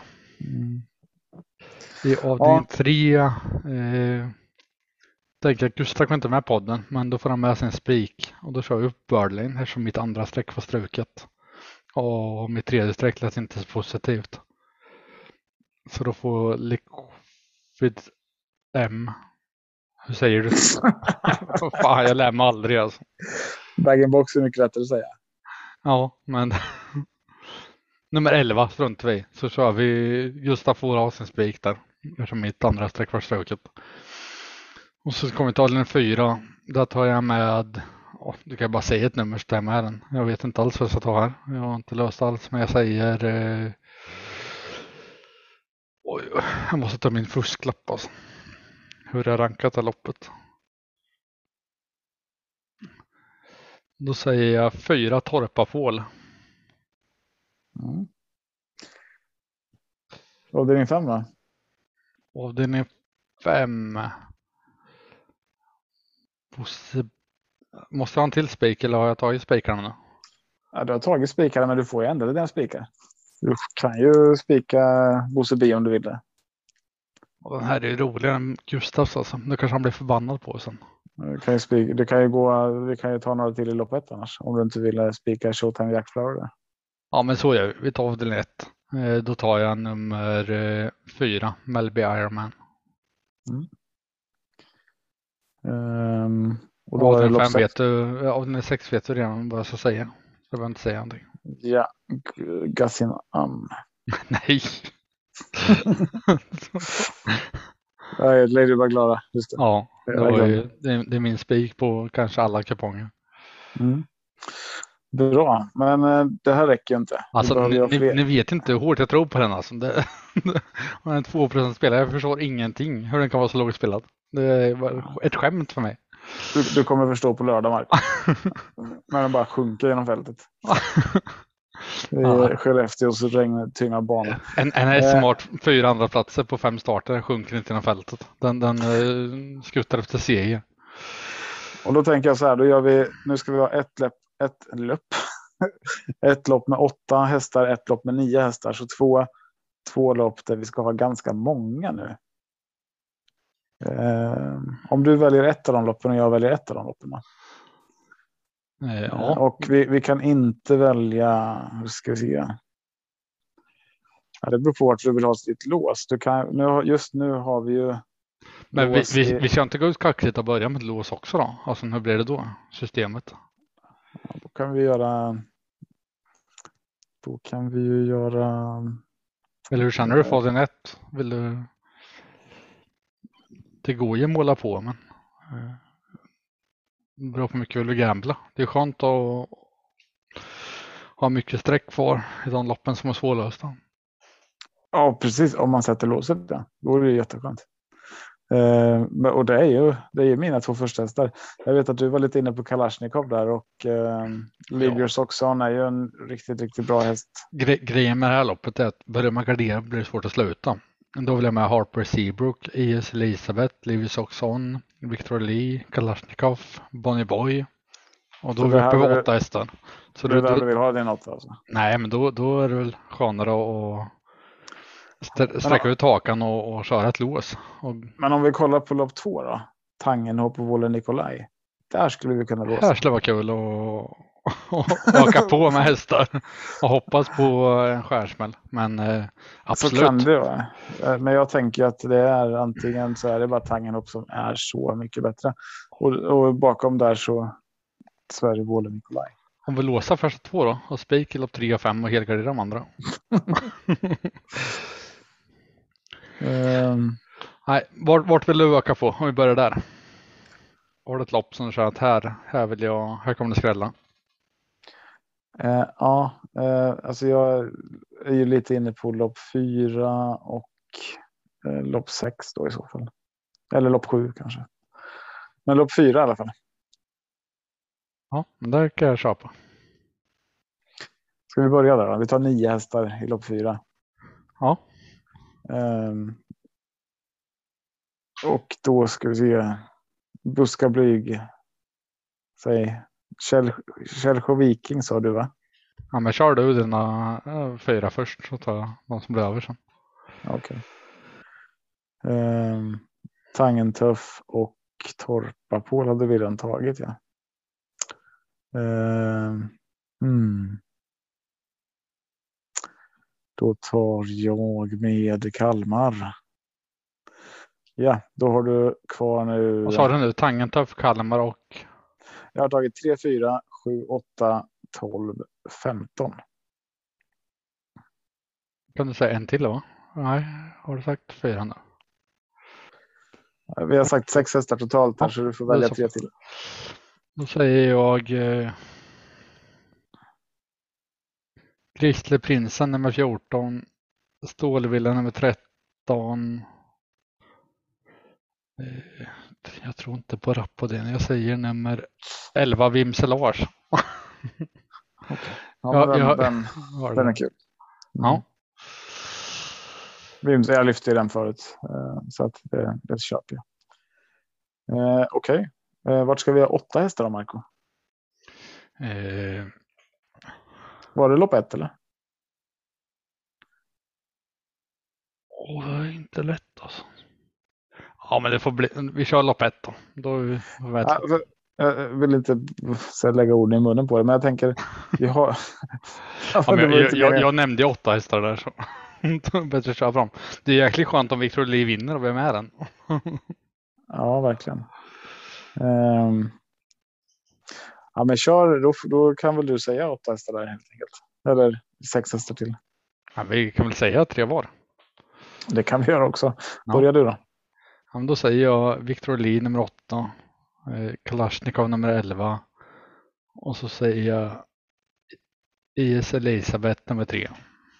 I avdelning 3 tänker jag att Gustav kan inte med podden, men då får han med sin spik och då kör vi upp Bird Lane eftersom mitt andra streck var struket. Och mitt tredje streck lät inte så positivt. Så då får Liquid M. Hur säger du? Fan, jag lär mig aldrig alltså. Bag-in-box är mycket lättare att säga. Ja, men Nummer 11 struntar vi. Så kör vi Gustaf Åhrasen spik där. Eftersom mitt andra streck var struket. Och så kommer vi ta den 4. Där tar jag med, du kan bara säga ett nummer så tar jag med den. Jag vet inte alls vad jag ska ta här. Jag har inte löst alls, men jag säger jag måste ta min fusklapp alltså. Hur är rankat det loppet? Då säger jag 4 Torpafål. Mm. Avdelning 5 då? Avdelning 5. Måste jag ha en till spik eller har jag tagit spikarna nu? Ja, du har tagit spikarna, men du får ju ändra dina spikar. Du kan ju spika Bosse B om du vill det. Och den här är ju roligare än Gustavs alltså. Nu kanske han blir förbannad på sen. Vi kan ju ta några till i lopp 1 annars. Om du inte vill spika Showtime Jack Flower där. Ja, men så gör vi. Vi tar avdelning 1. Då tar jag nummer 4, Melby Ironman. Och då avdelning är 5 vet du, avdelning 6 vet du redan vad jag ska säga. Jag behöver inte säga någonting. Ja, Gassin Am. Nej. Nej, Lady var glada. Just det. Ja, det är min spik på kanske alla kuponger. Bra, men det här räcker ju inte. Alltså, ni vet inte hur hårt jag tror på den. Alltså. Hon är en 2% spelare. Jag förstår ingenting hur den kan vara så lågt spelad. Det är ett skämt för mig. Du kommer förstå på lördag, Mark. När den bara sjunker genom fältet. Skellefteås tynga bana. En smart 4 andra platser på 5 starter sjunker inte genom fältet. Den skuttar efter seger. Och då tänker jag så här, nu ska vi ha ett lopp med 8 hästar, ett lopp med 9 hästar. Så två lopp där vi ska ha ganska många nu. Om du väljer ett av de loppen och jag väljer ett av de loppen. Ja. Och vi kan inte välja, hur ska vi se. Ja, det beror på att du vill ha sitt lås. Just nu har vi ju. Men vi ska inte gå ut kaxigt och börja med ett lås också då? Alltså hur blir det då? Systemet? Ja, då kan vi ju göra. Eller hur känner du för den 1? Vill du? Det går ju att måla på, men det beror på mycket vill du gambla. Det är skönt att ha mycket streck kvar i de loppen som är svårlösta. Ja, precis. Om man sätter låset, ja. Då är det jätteskönt. Och det är ju mina 2 första hästar. Jag vet att du var lite inne på Kalashnikov där och Ligger Soxon är ju en riktigt, riktigt bra häst. Grejen med det här loppet är att börjar man gardera blir det svårt att sluta. Då vill jag med Harper Seabrook, ES Elisabeth, Livy Soxon, Victor Lee, Kalashnikov, Bonnie Boy. Och då är vi uppe vid 8 hästar. Så du vill ha din 8 alltså? Nej, men då är det väl skönare att sträcka ut takan och köra ett lås. Men om vi kollar på lopp 2 då? Tangenhop och Wolle Nikolaj. Där skulle vi kunna låsa. Här skulle vara kul att åka på med hästar och hoppas på en skärsmäll. Men absolut. Så kan det vara. Men jag tänker att det är antingen så är det bara Tangenhop som är så mycket bättre. Och bakom där så är det Wolle Nikolaj. Om vi låsar första 2 då och spik i lopp 3 och 5 och helgardera de andra. Nej, vart vill du öka på om vi börjar där? Har du ett lopp som du säger att här kommer det skrälla? Alltså jag är ju lite inne på lopp 4 och lopp 6 då i så fall. Eller lopp 7 kanske. Men lopp 4 i alla fall. Ja, där kan jag köpa. Ska vi börja där då? Vi tar 9 hästar i lopp 4. Ja. Och då ska vi se. Buska Blyg. Säg. Kjellsjö Viking sa du, va? Ja, men kör du dina 4 först så tar jag de som blir över sen. Okej. Tangentuff och Torpapål hade vi redan tagit, ja. Då tar jag med Kalmar. Ja, då har du kvar nu. Vad sa du nu? Tangentuff, Kalmar och? Jag har tagit 3, 4, 7, 8, 12, 15. Kan du säga en till då? Nej, har du sagt 4 nu? Vi har sagt 6 hästar totalt här, Ja, så du får det är välja så. 3 till. Då säger jag Grizzly Prinsen nummer 14, Stålvilla nummer 13. Jag tror inte på Rappodin. Jag säger nummer 11, Vimselage. Okay. Ja, den är kul. Ja. Jag lyfte den förut, så att det köper jag. Okej. Vart ska vi ha 8 hästar då, Marco? Var det lopp 1 eller? Det är inte lätt alltså. Ja, men det får bli. Vi kör lopp 1 då. Jag vill inte lägga orden i munnen på det, men jag tänker vi har. Jag nämnde 8 hästar där, så bättre köra fram. Det är jäkligt skönt om Victor Lee vinner och vem är den? Ja, verkligen. Ja, men kör då kan väl du säga 8 hästar där helt enkelt. Eller 6 hästar till. Ja, vi kan väl säga 3 var. Det kan vi göra också. Börjar du då? Ja, då säger jag Victor Lee nummer 8, Kalashnikov nummer 11 och så säger jag IS Elisabeth nummer 3.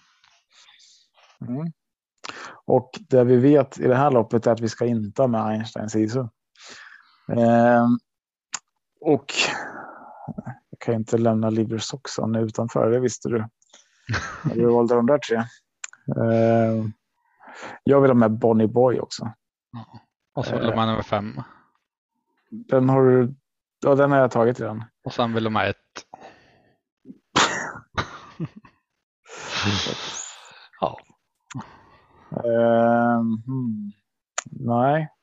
Mm. Och det vi vet i det här loppet är att vi ska inte ha med Einstein Sisu. Och jag kan inte lämna Liver Soxon utanför, det visste du. Du valde de där 3. Jag vill ha med Bonnie Boy också. Ja. Och så vill de med nummer 5. Den har jag tagit redan. Och sen vill de ha 1. Ja. Nej.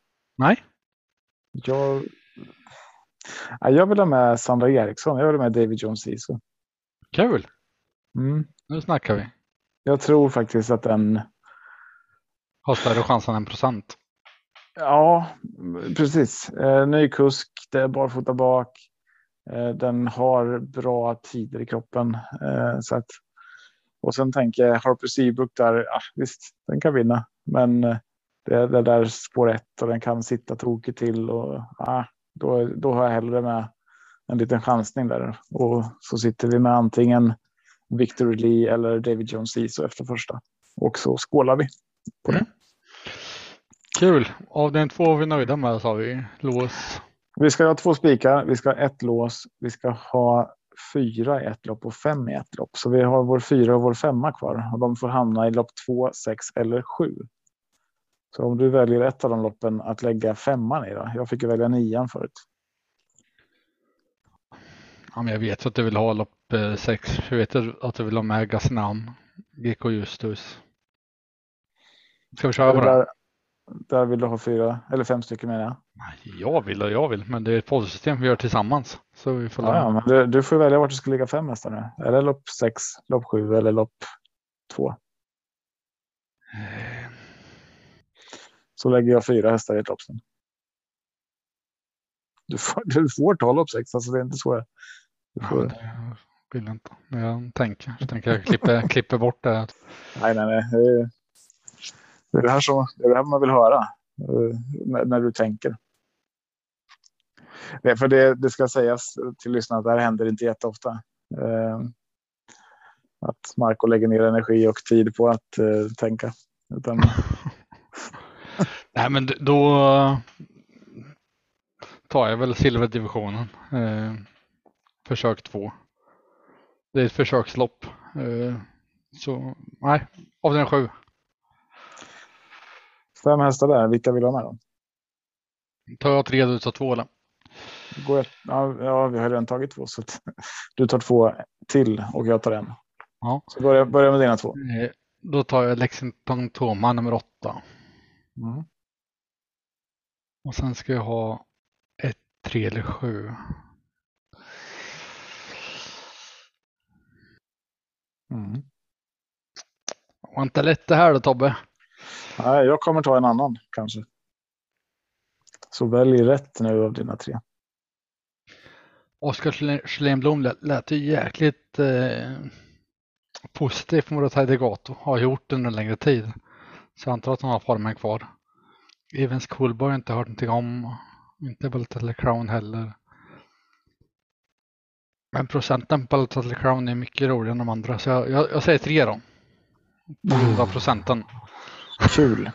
Jag vill ha med Sandra Eriksson. Jag vill ha med David Jones Sisu. Kul. Nu snackar vi. Jag tror faktiskt att den har större chans än 1%. Ja, precis. Ny kusk, det är barfota bak. Den har bra tider i kroppen. Så att, och sen tänker jag Harper Seabrook där, visst, den kan vinna. Men det där spår 1 och den kan sitta tokigt till. Och, då har jag hellre med en liten chansning där. Och så sitter vi med antingen Victor Lee eller David Jones Sisu efter första. Och så skålar vi på det. Kul. Av den 2 är vi nöjda med, så har vi lås. Vi ska ha 2 spikar, vi ska ha 1 lås, vi ska ha 4 i 1 lopp och 5 i 1 lopp. Så vi har vår 4 och vår 5 kvar. Och de får hamna i lopp 2, 6 eller 7. Så om du väljer ett av de loppen att lägga 5:an i då. Jag fick ju välja 9:an förut. Ja, men jag vet att du vill ha lopp 6. Jag vet att du vill ha med Gasnam, GK Justus. Ska vi köra bara? Där vill du ha 4 eller 5 stycken med det. Nej, jag vill. Men det är ett poddsystem vi gör tillsammans. Så vi får men du får välja vart du ska ligga 5 hästar nu. Eller lopp 6, lopp 7 eller lopp 2. Så lägger jag 4 hästar i ett lopp sen. Du får ta lopp 6, alltså det är inte så. Jag vill inte. Men jag tänker jag klipper bort det. Nej. Det är det här man vill höra när du tänker. För det ska sägas till lyssnarna att det här händer inte jätteofta. Att Marco lägger ner energi och tid på att tänka. Utan... Nej, men då tar jag väl silverdivisionen. Försök 2. Det är ett försökslopp. Så nej, av den 7. 5 hästar där. Vilka vill ha med då? Tar jag 3 ut av 2 eller? Ja, vi har redan tagit 2 så du tar 2 till och jag tar 1. Ja. Så börja med dina 2. Då tar jag Lexington Toma nummer 8. Och sen ska jag ha 1, 3 eller 7. Var inte lätt det här då, Tobbe? Nej, jag kommer ta en annan kanske. Så välj rätt nu av dina 3. Oskar Schlemblom lät ju jäkligt positivt mot Tidy Gato. Har gjort under en längre tid. Så jag antar att han har formen kvar. Evans Coolboy har jag inte hört någonting om. Inte Balotelli Crown heller. Men procenten på Balotelli Crown är mycket roligare än de andra. Så jag säger 3 då. På grund av procenten. Kul.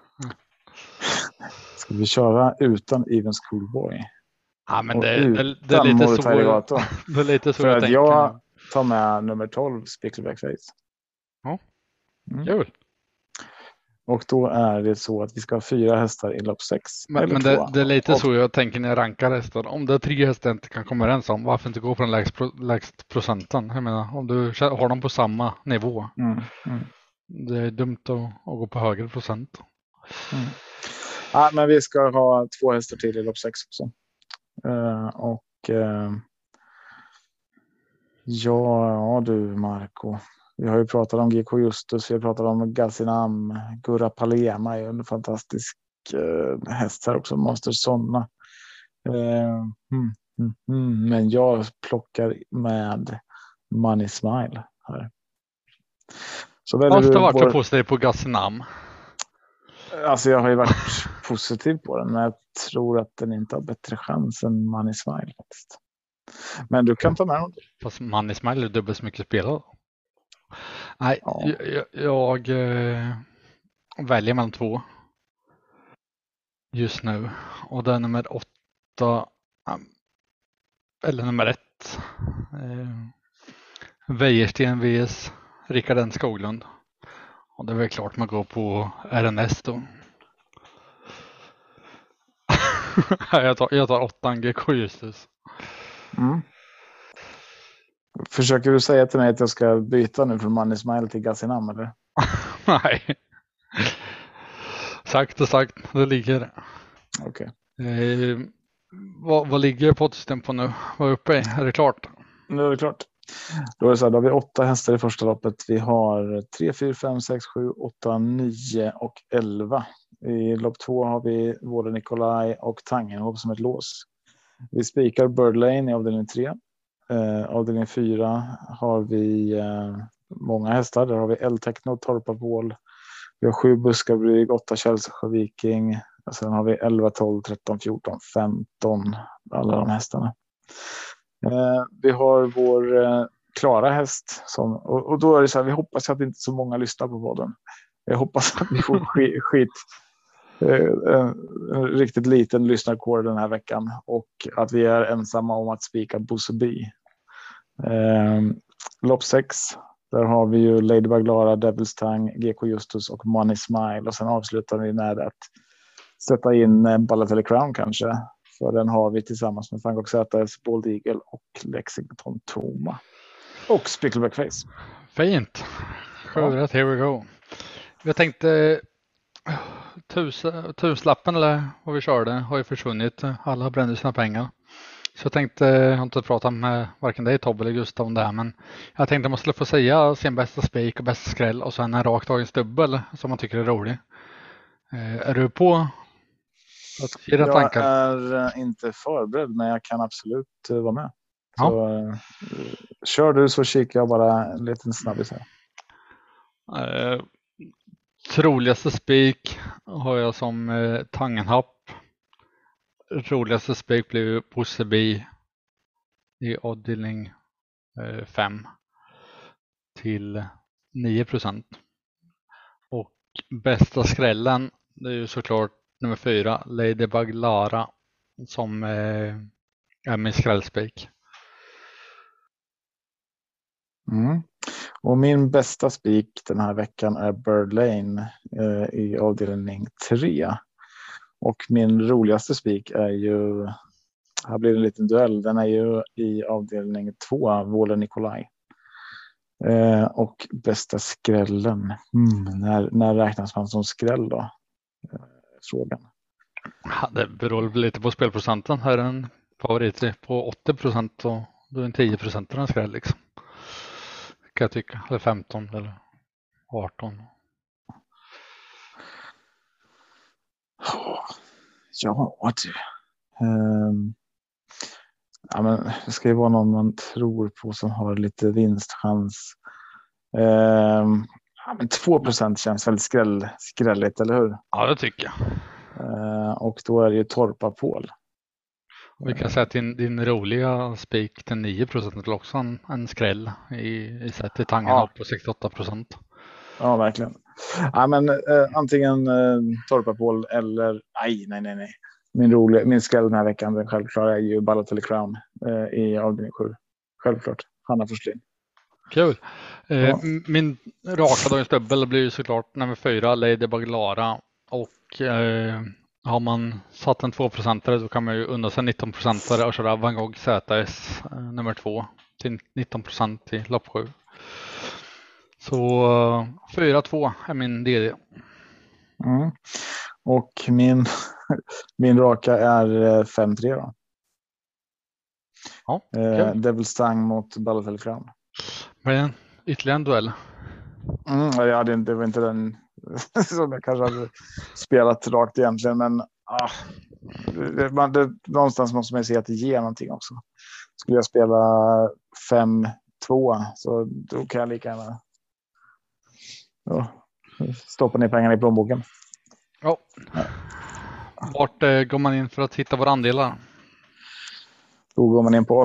Ska vi köra utan Evans Coolboy? Ja, men Och det är lite så. Det är lite så för jag att tänker. jag tar med nummer 12, Spickleback Face. Ja, kul. Och då är det så att vi ska ha 4 hästar i lopp 6. Men det är lite så jag tänker när jag rankar hästar. Om det är 3 hästar inte kan komma överens om, varför inte gå på den lägst procenten? Jag menar, om du har dem på samma nivå. Det är dumt att gå på högre procent. Ja, men vi ska ha 2 hästar till i lopp 6 också. Ja du Marco. Vi har ju pratat om GK Justus, vi har pratat om Gazinam, Gurra Palema är en fantastisk häst här också, Master Sonna. Men jag plockar med Money Smile här. Så jag måste ha varit så positiv på Gazinam. Alltså jag har ju varit positiv på den, men jag tror att den inte har bättre chans än Money Smile faktiskt. Men du kan ta med den. Fast Money Smile är dubbelt så mycket spelare. Nej, ja. jag väljer mellan 2 just nu. Och det är nummer 8 eller nummer 1. Wäjersten vs Rickard N. Skoglund. Och det är väl klart man går på RNS då. jag tar 8 GK Justus. Försöker du säga till mig att jag ska byta nu från Money Smile till Gazinam eller? Nej. Sagt och sagt, det ligger. Okej. Vad ligger poddsystem på nu? Vad är uppe i? Är det klart? Nu är det klart. Då är det så här, då har vi 8 hästar i första loppet. Vi har 3, 4, 5, 6, 7, 8, 9 och 11. I lopp 2 har vi Vårde Nikolaj och Tangenhop som ett lås. Vi spikar Bird Lane i avdelning 3. Avdelning 4 har vi många hästar. Där har vi El-Techno, Torpa Bål. Vi har 7 Buskabrygg, 8 Källsjö Viking. Och sen har vi 11, 12, 13, 14, 15. Alla de hästarna. Vi har vår klara häst. Och då är det så här, vi hoppas att inte så många lyssnar på podden. Jag hoppas att vi får en riktigt liten lyssnarkår den här veckan. Och att vi är ensamma om att spika Bosseby. Lopp 6. Där har vi ju Ladybug Lara, Devil's Tongue, GK Justus och Money Smile. Och sen avslutar vi med att sätta in Balotelli Crown kanske. För den har vi tillsammans med Fangok ZS, Bold Eagle och Lexington Toma. Och Spickleback Face. Fint. Sjörätt, here we go. Jag tänkte tusenlappen eller vad vi körde har ju försvunnit. Alla har bränt sina pengar. Så jag tänkte, jag har inte pratat med varken dig Tobbe eller Gustav om det här, men jag tänkte att man skulle få säga sin bästa spik och bästa skräll och sen en rakt dagens dubbel som man tycker är rolig. Är du på att ge dina tankar? Jag är inte förberedd, men jag kan absolut vara med. Ja. Så kör du så kikar jag bara en liten snabbis här. Troligaste spik har jag som Tangenhapp. Roligaste spik blir Bosseby i avdelning 5 till 9%. Och bästa skrällen, det är ju såklart nummer 4, Ladybug Lara, som är min skrällspik. Och min bästa spik den här veckan är Bird Lane i avdelning 3. Och min roligaste spik är ju, här blir det en liten duell, den är ju i avdelning 2, Vårde Nikolaj. Och bästa skrällen, när räknas man som skräll då? Frågan. Ja, det beror lite på spelprocenten. Här är en favorit på 80% och då är en 10% en skräll liksom. Kan jag tycka, eller 15 eller 18. Ja, du. Ja, men det ska ju vara någon man tror på som har lite vinstchans. Men 2% känns väldigt skrälligt, eller hur? Ja, det tycker jag. Och då är det ju Torpa Paul. Vi kan säga att din roliga spik till 9% är också en skräll i sätt i tangen upp på 68%. Ja, verkligen. Ja, men antingen Torpa Paul eller nej. Min skräll den här veckan, den självklara, är ju Balotelli Crown i avdelning 7. Självklart. Hanna Forslin. Kul. Min raka dagens dubbel blir ju såklart nummer 4, Lady Baglara. Och har man satt en 2%, då kan man ju unna sig 19% och köra Van Gogh ZS nummer 2 till 19% i lopp 7. Så 4-2 är min DD. Och min raka är 5-3 då. Ja, Devil Stang mot Balotelli Crown. Men ytterligare en duell. Det var inte den som jag kanske hade spelat rakt egentligen, men någonstans måste man se att det ger någonting också. Skulle jag spela 5-2 så då kan jag lika gärna stoppa ner pengarna i plånboken. Ja. Vart går man in för att hitta våra andelar? Då går man in på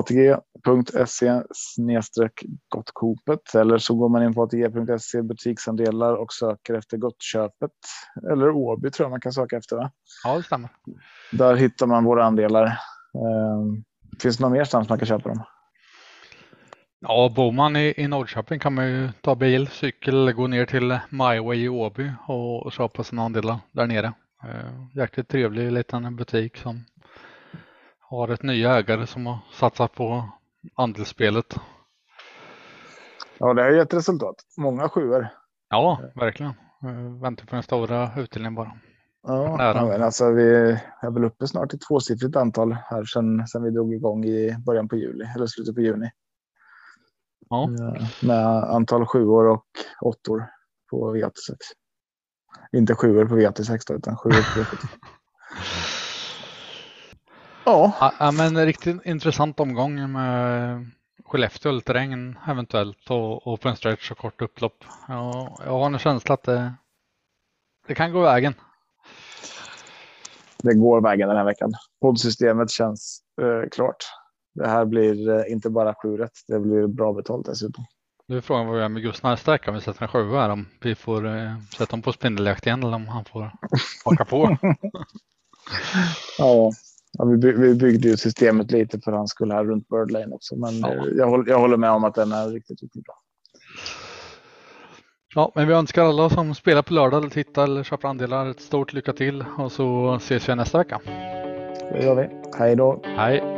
atg.se/gottkopet eller så går man in på atg.se butiksandelar och söker efter Gottköpet. Eller Åby tror jag man kan söka efter, va? Ja, det stämmer. Där hittar man våra andelar. Finns det någon mer stans man kan köpa dem? Ja, bor man i Norrköping kan man ju ta bil, cykel eller gå ner till MyWay i Åby och köpa sina andelar där nere. Jäkligt trevlig liten butik som har ett nya ägare som har satsat på andelsspelet. Ja, det har gett resultat. Många 7:or. Ja, verkligen. Väntar på den stora utdelningen bara. Ja, men alltså vi är väl uppe snart i 2-siffrigt antal här sen vi drog igång i början på juli eller slutet på juni. Ja. Med antal 7:or och 8:or på V86. Inte 7:or på V86 utan 7:or på V76. Ja, men riktigt intressant omgång med Skellefteå eller terrängen eventuellt och på en stretch och kort upplopp. Ja, jag har en känsla att det kan gå vägen. Det går vägen den här veckan. Poddsystemet känns klart. Det här blir inte bara 7-rätt. Det blir bra betalt dessutom. Nu är frågan vad vi gör med Gustav nästa vecka. Om vi sätter en 7 här. Om vi får sätta dem på spindeljakt igen eller om han får haka på. Ja, vi byggde ju systemet lite för han skulle här runt Bird Lane också. Men jag håller med om att den är riktigt, riktigt bra. Ja, men vi önskar alla som spelar på lördag eller tittar eller köper andelar ett stort lycka till. Och så ses vi nästa vecka. Det gör vi. Hej då. Hej.